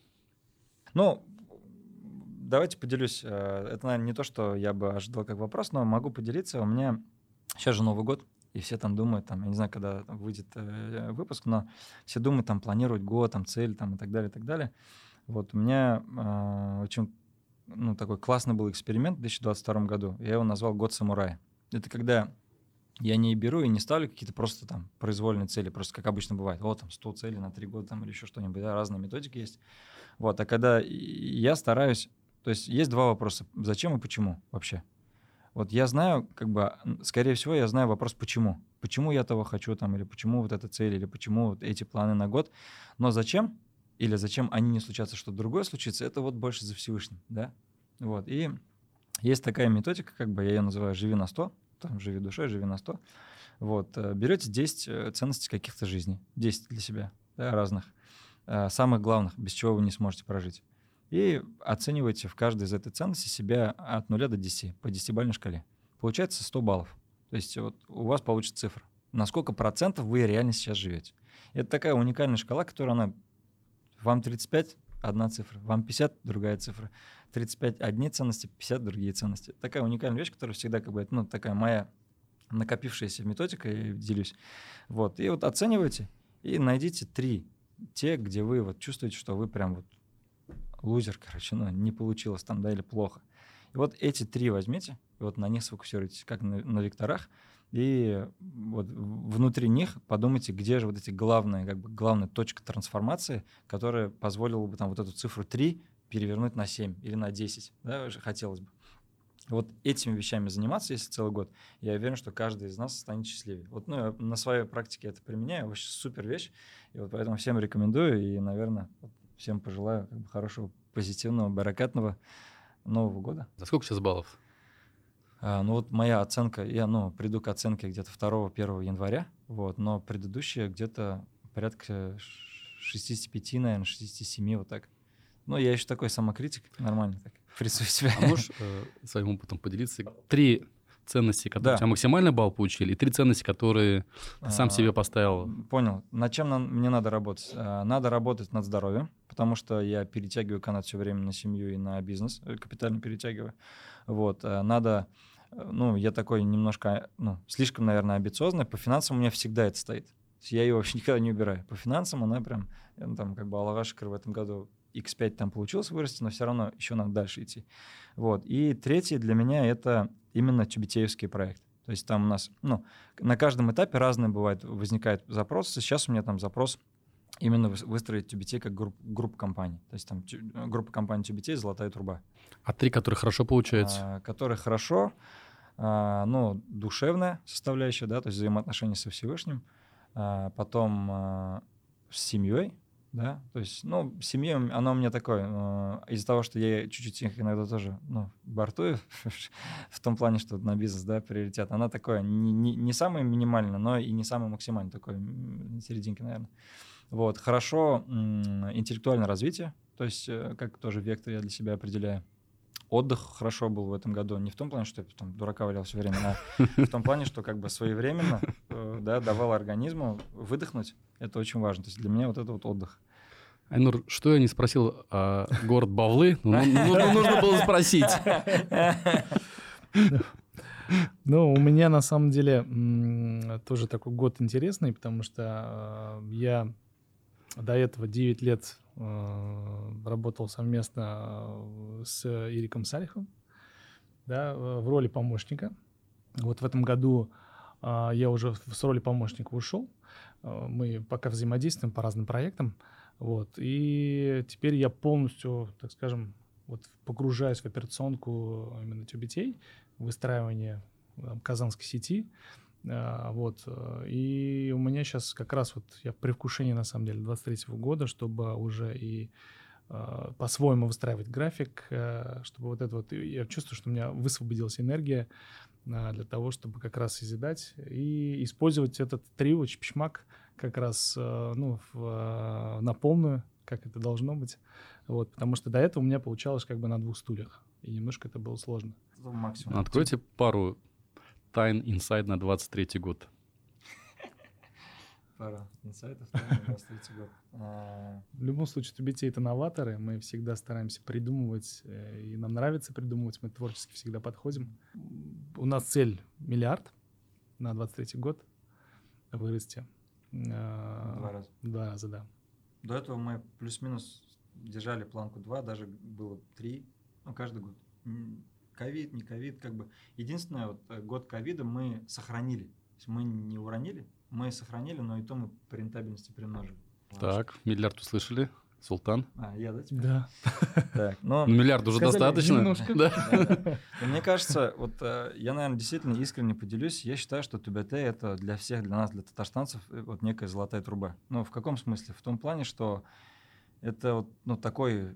Давайте поделюсь. Это, наверное, не то, что я бы ожидал как вопрос, но могу поделиться. У меня сейчас же Новый год, и все там думают, я не знаю, когда выйдет выпуск, но все думают, планировать год, цель, и так далее, и так далее. Вот у меня очень такой классный был эксперимент в 2022 году. Я его назвал «Год самурая». Это когда я не беру и не ставлю какие-то просто произвольные цели, просто как обычно бывает. 100 целей на 3 года или еще что-нибудь, да, разные методики есть. Вот, а когда я стараюсь, то есть есть два вопроса: зачем и почему вообще. Вот я знаю, скорее всего, я знаю вопрос «почему?». Почему я того хочу, или почему вот эта цель, или почему вот эти планы на год. Но зачем, или зачем они не случатся, что другое случится, это вот больше за Всевышним, да. Вот, и есть такая методика, я ее называю «живи на 100», «живи душой», «живи на 100». Вот, берете 10 ценностей каких-то жизней, 10 для себя, да, разных, самых главных, без чего вы не сможете прожить. И оцениваете в каждой из этой ценностей себя от 0 до 10 по 10-бальной шкале. Получается 100 баллов. То есть вот у вас получится цифра. На сколько процентов вы реально сейчас живете. Это такая уникальная шкала, которая вам 35 — одна цифра, вам 50 — другая цифра, 35 — одни ценности, 50 — другие ценности. Такая уникальная вещь, которая всегда такая моя накопившаяся методика, я делюсь. Вот. И вот оценивайте и найдите 3, те, где вы чувствуете, что вы прям лузер, не получилось или плохо. И вот эти 3 возьмите, и на них сфокусируйтесь, как на векторах, и вот внутри них подумайте, где же эти главная точка трансформации, которая позволила бы вот эту цифру 3 перевернуть на 7 или на 10, да, хотелось бы. Вот этими вещами заниматься, если целый год, я уверен, что каждый из нас станет счастливее. Я на своей практике это применяю, вообще супер вещь, и поэтому всем рекомендую, и, наверное, всем пожелаю хорошего, позитивного, баракатного Нового года. За сколько сейчас баллов? Моя оценка, я приду к оценке где-то 2-1 января, но предыдущая где-то порядка 65, наверное, 67, вот так. Я еще такой самокритик, нормально так, прессую себя. А можешь своим опытом поделиться? 3 ценности, которые у тебя максимальный балл получили, и 3 ценности, которые ты сам себе поставил. Понял. Над чем мне надо работать? Надо работать над здоровьем, потому что я перетягиваю канат все время на семью и на бизнес, капитально перетягиваю. Вот. Надо, я такой немножко, слишком, наверное, амбициозный. По финансам у меня всегда это стоит. Я ее вообще никогда не убираю. По финансам она прям, Аллаха шикр, в этом году X5 там получилось вырасти, но все равно еще надо дальше идти. Вот. И третий для меня это именно тюбетеевский проект. То есть там у нас, на каждом этапе разные бывает, возникают запросы. Сейчас у меня там запрос именно выстроить тюбетей как группа компаний. То есть там группа компаний тюбетей «Золотая труба». А 3, которые хорошо получаются? Которые хорошо, душевная составляющая, да, то есть взаимоотношения со Всевышним, потом с семьей, да, то есть, семья, она у меня такое, из-за того, что я чуть-чуть их иногда тоже, бортую, в том плане, что на бизнес, да, приоритет, она такое не самое минимальное, но и не самое максимальное, такое на серединке, наверное. Вот, хорошо интеллектуальное развитие, то есть как тоже вектор я для себя определяю. Отдых хорошо был в этом году. Не в том плане, что я там дурака валял все время, а в том плане, что как бы своевременно давал организму выдохнуть. Это очень важно. То есть для меня вот это вот отдых. Айнур, что я не спросил город Бавлы? Нужно было спросить. У меня на самом деле тоже такой год интересный, потому что я до этого 9 лет работал совместно с Ириком Салихом, да, в роли помощника. Вот в этом году я уже с роли помощника ушел. Мы пока взаимодействуем по разным проектам. Вот, и теперь я полностью, так скажем, погружаюсь в операционку именно тюбетей, выстраивание казанской сети. Вот. И у меня сейчас как раз я в предвкушении, на самом деле, 23-го года, чтобы уже и по-своему выстраивать график, чтобы я чувствую, что у меня высвободилась энергия для того, чтобы как раз созидать и использовать этот трио чпишмак как раз на полную, как это должно быть. Вот. Потому что до этого у меня получалось как бы на 2 стульях, и немножко это было сложно. Максимум. Откройте пару тайн инсайд на 23-й год. Пара инсайтов на 23-й год. В любом случае, тюбетей — это новаторы. Мы всегда стараемся придумывать, и нам нравится придумывать. Мы творчески всегда подходим. У нас цель $1 миллиард на 23-й год вырасти. 2 раза. 2 раза, да. До этого мы плюс-минус держали планку 2, даже было 3, каждый год. Ковид, не ковид, как бы. Единственное, год ковида мы сохранили. То есть мы не уронили, мы сохранили, но и то мы по рентабельности примножили. Так, миллиард услышали. Султан? Я, да, теперь? Да. Так, миллиард уже достаточно. Немножко. Да. Мне кажется, я, наверное, действительно искренне поделюсь. Я считаю, что тюбетей — это для всех, для нас, для татарстанцев, некая золотая труба. В каком смысле? В том плане, что это такой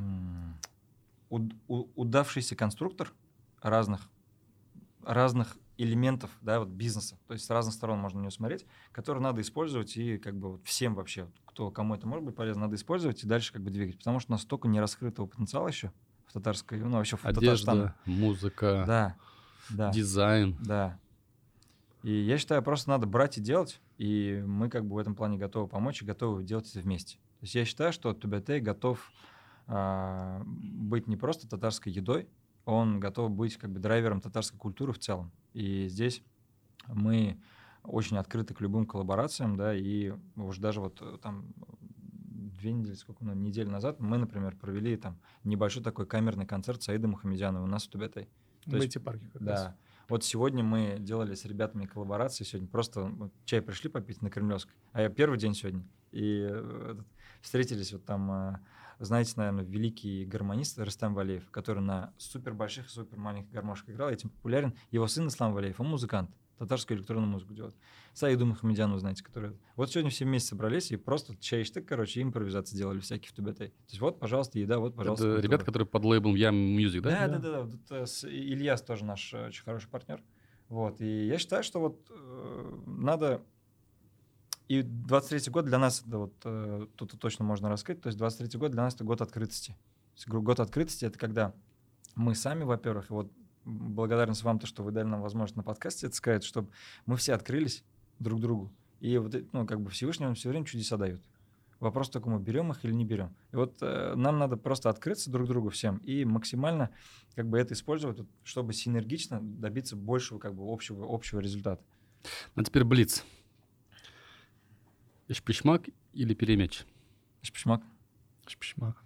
удавшийся конструктор разных элементов, да, бизнеса, то есть с разных сторон можно на него смотреть, который надо использовать, и как бы всем вообще, кому это может быть полезно, надо использовать и дальше как бы двигать, потому что настолько нераскрытого потенциала еще в татарской, вообще в Татарстане. Одежда, музыка, дизайн. Да. И я считаю, просто надо брать и делать, и мы как бы в этом плане готовы помочь и готовы делать это вместе. То есть я считаю, что тюбетей готов быть не просто татарской едой, он готов быть как бы драйвером татарской культуры в целом. И здесь мы очень открыты к любым коллаборациям, да, и уже даже там 2 недели, недель назад мы, например, провели там небольшой такой камерный концерт Саида Мухамедянова у нас в Тюбетей. В IT-парке как раз. Да. Вот сегодня мы делали с ребятами коллаборации, сегодня просто чай пришли попить на Кремлевской, а я первый день сегодня, и встретились там, знаете, наверное, великий гармонист Рустам Валеев, который на супер больших и супер маленьких гармошках играл, этим популярен. Его сын Ислам Валеев, он музыкант, татарскую электронную музыку делает. Саиду Мухамедяну, знаете, который... Вот сегодня все вместе собрались и просто чай-штык, импровизации делали всякие в Тюбетей. То есть пожалуйста, еда, пожалуйста, это ребята, которые под лейблом Yum Music, да? Да. Ильяс тоже наш очень хороший партнер. И я считаю, что надо... И 23-й год для нас, тут точно можно раскрыть, то есть 23-й год для нас — это год открытости. Год открытости — это когда мы сами, во-первых, благодарность вам, что вы дали нам возможность на подкасте это сказать, чтобы мы все открылись друг другу. И как бы Всевышний он все время чудеса дает. Вопрос только, мы берем их или не берем. И нам надо просто открыться друг другу всем и максимально как бы это использовать, чтобы синергично добиться большего как бы общего результата. Теперь блиц. Шпишмак или перемеч? Шпишмак. Шпишмак.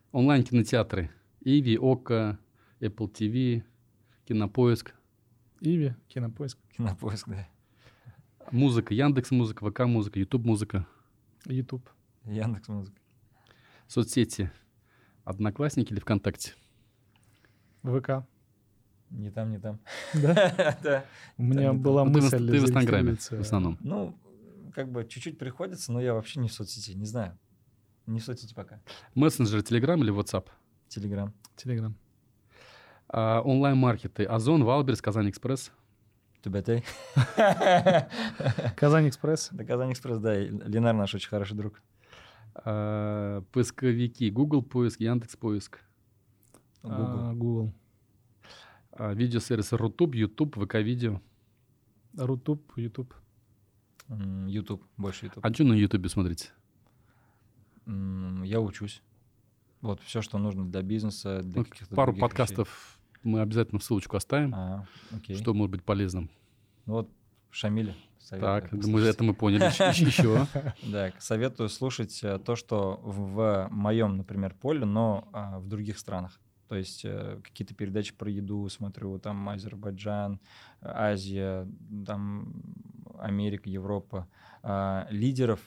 Онлайн-кинотеатры. Иви, Ока, Apple TV, Кинопоиск. Иви, Кинопоиск. Кинопоиск, да. Музыка. Яндекс.Музыка, ВК-музыка, Ютуб-музыка. Ютуб. Яндекс.Музыка. Соцсети. Одноклассники или ВКонтакте? ВК. Не там, не там. Да? Да. У меня не была Ну, ты мысль в Инстаграме в зарегистрироваться. основном. Ну, как бы чуть-чуть приходится, но я вообще не в соцсети, не знаю. Не в соцсети пока. Мессенджер, Телеграм или WhatsApp? Телеграм. Телеграм. Онлайн-маркеты. Озон, Валберс, Казань-Экспресс. ТБТ. Казань-Экспресс. Да, Казань-Экспресс, да. Ленар наш очень хороший друг. Поисковики. Google поиск, Яндекс.Поиск. Google. Google. Видеосервисы Рутуб, Ютуб, ВК-видео. Рутуб, Ютуб. YouTube, больше YouTube. А что на Ютубе смотрите? Я учусь. Вот все, что нужно для бизнеса, для Ну, каких-то пару других подкастов мы обязательно в ссылочку оставим, вещей. Окей. что может быть полезным. Ну вот Шамиля советую Так, послушать. это мы поняли. Еще. Да, советую слушать то, что в моем, например, поле, но в других странах. То есть какие-то передачи про еду смотрю, там Азербайджан, Азия, там Америка, Европа. Лидеров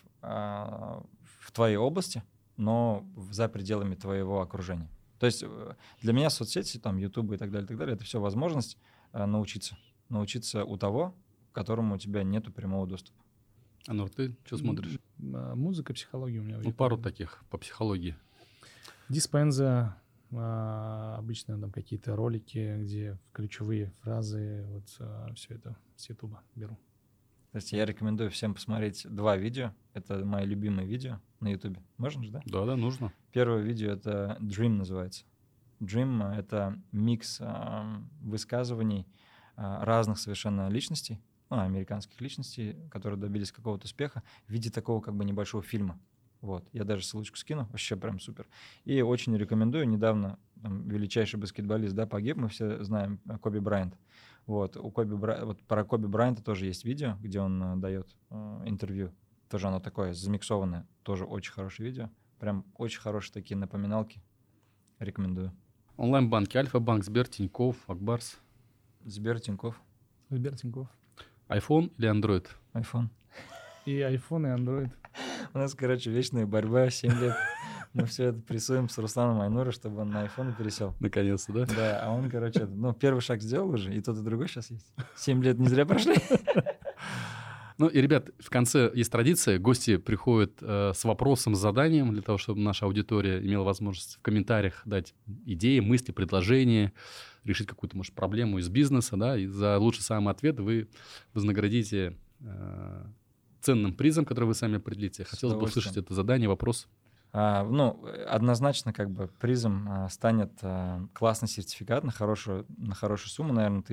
в твоей области, но за пределами твоего окружения. То есть для меня соцсети, там, YouTube и так далее, это все возможность научиться. Научиться у того, к которому у тебя нету прямого доступа. Анур, ты что смотришь? Музыка, психология у меня. в Ну, Ютубе. пару таких по психологии. Диспенза, обычно там какие-то ролики, где ключевые фразы, вот все это с Ютуба беру. То есть я рекомендую всем посмотреть 2 видео. Это мои любимые видео на Ютубе. Можно же, да? Да, нужно. Первое видео — это Dream называется. Dream — это микс высказываний разных совершенно личностей, американских личностей, которые добились какого-то успеха в виде такого как бы небольшого фильма. Вот. Я даже ссылочку скину, вообще прям супер. И очень рекомендую. Недавно величайший баскетболист, да, погиб, мы все знаем, Коби Брайант. Вот. Вот про Коби Брайанта тоже есть видео, где он дает интервью. Тоже оно такое замиксованное, тоже очень хорошее видео. Прям очень хорошие такие напоминалки. Рекомендую. Онлайн-банки. Альфа-банк, Сбер, Тинькофф, Акбарс. Сбер, Тинькофф, Сбер, Тинькофф. iPhone или Android? iPhone. И iPhone, и Android. У нас, короче, вечная борьба, 7 лет. Мы все это прессуем с Русланом Айнуром, чтобы он на iPhone пересел. Наконец-то, да? Да, а он, короче, первый шаг сделал уже, и тот, и другой сейчас есть. 7 лет не зря прошли. Ну и, ребят, в конце есть традиция. Гости приходят с вопросом, с заданием, для того, чтобы наша аудитория имела возможность в комментариях дать идеи, мысли, предложения, решить какую-то, может, проблему из бизнеса, да, и за лучший самый ответ вы вознаградите ценным призом, который вы сами определите. Хотелось бы услышать это задание, вопрос. Однозначно, как бы призом станет классный сертификат на хорошую сумму, наверное,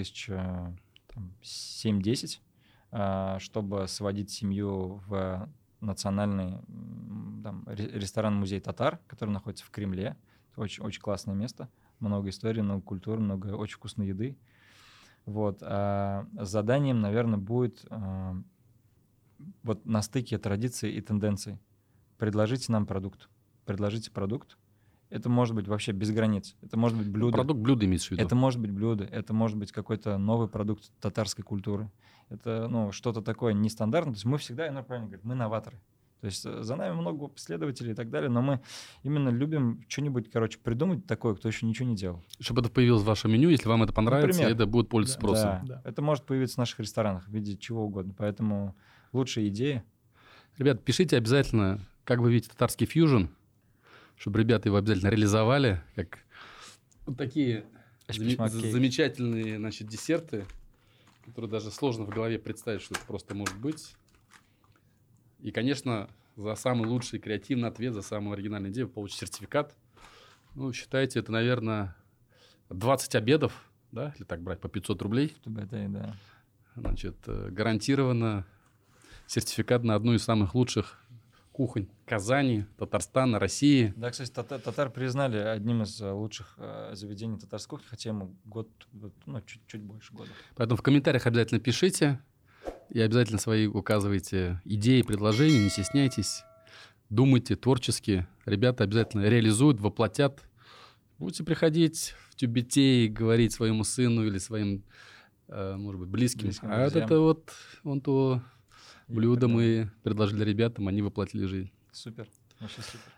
7-10, чтобы сводить семью в национальный ресторан-музей татар, который находится в Кремле. Очень, очень классное место. Много историй, много культуры, много очень вкусной еды. Вот. Заданием, наверное, будет вот на стыке традиций и тенденций. Предложите нам продукт. Предложите продукт. Это может быть вообще без границ. Это может быть блюдо. Продукт блюда имеется в виду. Это может быть блюдо. Это может быть какой-то новый продукт татарской культуры. Это что-то такое нестандартное. То есть мы всегда, Айнур правильно говорит, мы новаторы. То есть за нами много последователей и так далее, но мы именно любим что-нибудь, придумать такое, кто еще ничего не делал. Чтобы это появилось в вашем меню, если вам это понравится, Например. это будет пользоваться спросом. Да. Это может появиться в наших ресторанах в виде чего угодно. Поэтому лучшая идея. Ребят, пишите обязательно, как вы видите татарский фьюжн, чтобы ребята его обязательно реализовали, как вот такие замечательные, значит, десерты, которые даже сложно в голове представить, что это просто может быть. И, конечно, за самый лучший креативный ответ, за самую оригинальную идею вы получите сертификат. Ну, считайте, это, наверное, 20 обедов, да, если так брать, по 500 рублей. Да. Значит, гарантированно сертификат на одну из самых лучших кухонь Казани, Татарстана, России. Да, кстати, татар признали одним из лучших заведений татарской кухни, хотя ему год, чуть больше года. Поэтому в комментариях обязательно пишите и обязательно свои указывайте идеи, предложения, не стесняйтесь. думайте творчески. Ребята обязательно реализуют, воплотят. Будете приходить в Тюбетей, говорить своему сыну или своим, может быть, близким. А вот друзьям. это вот вон то И блюдо так далее. мы предложили ребятам, они воплотили жизнь. Супер. Вообще супер.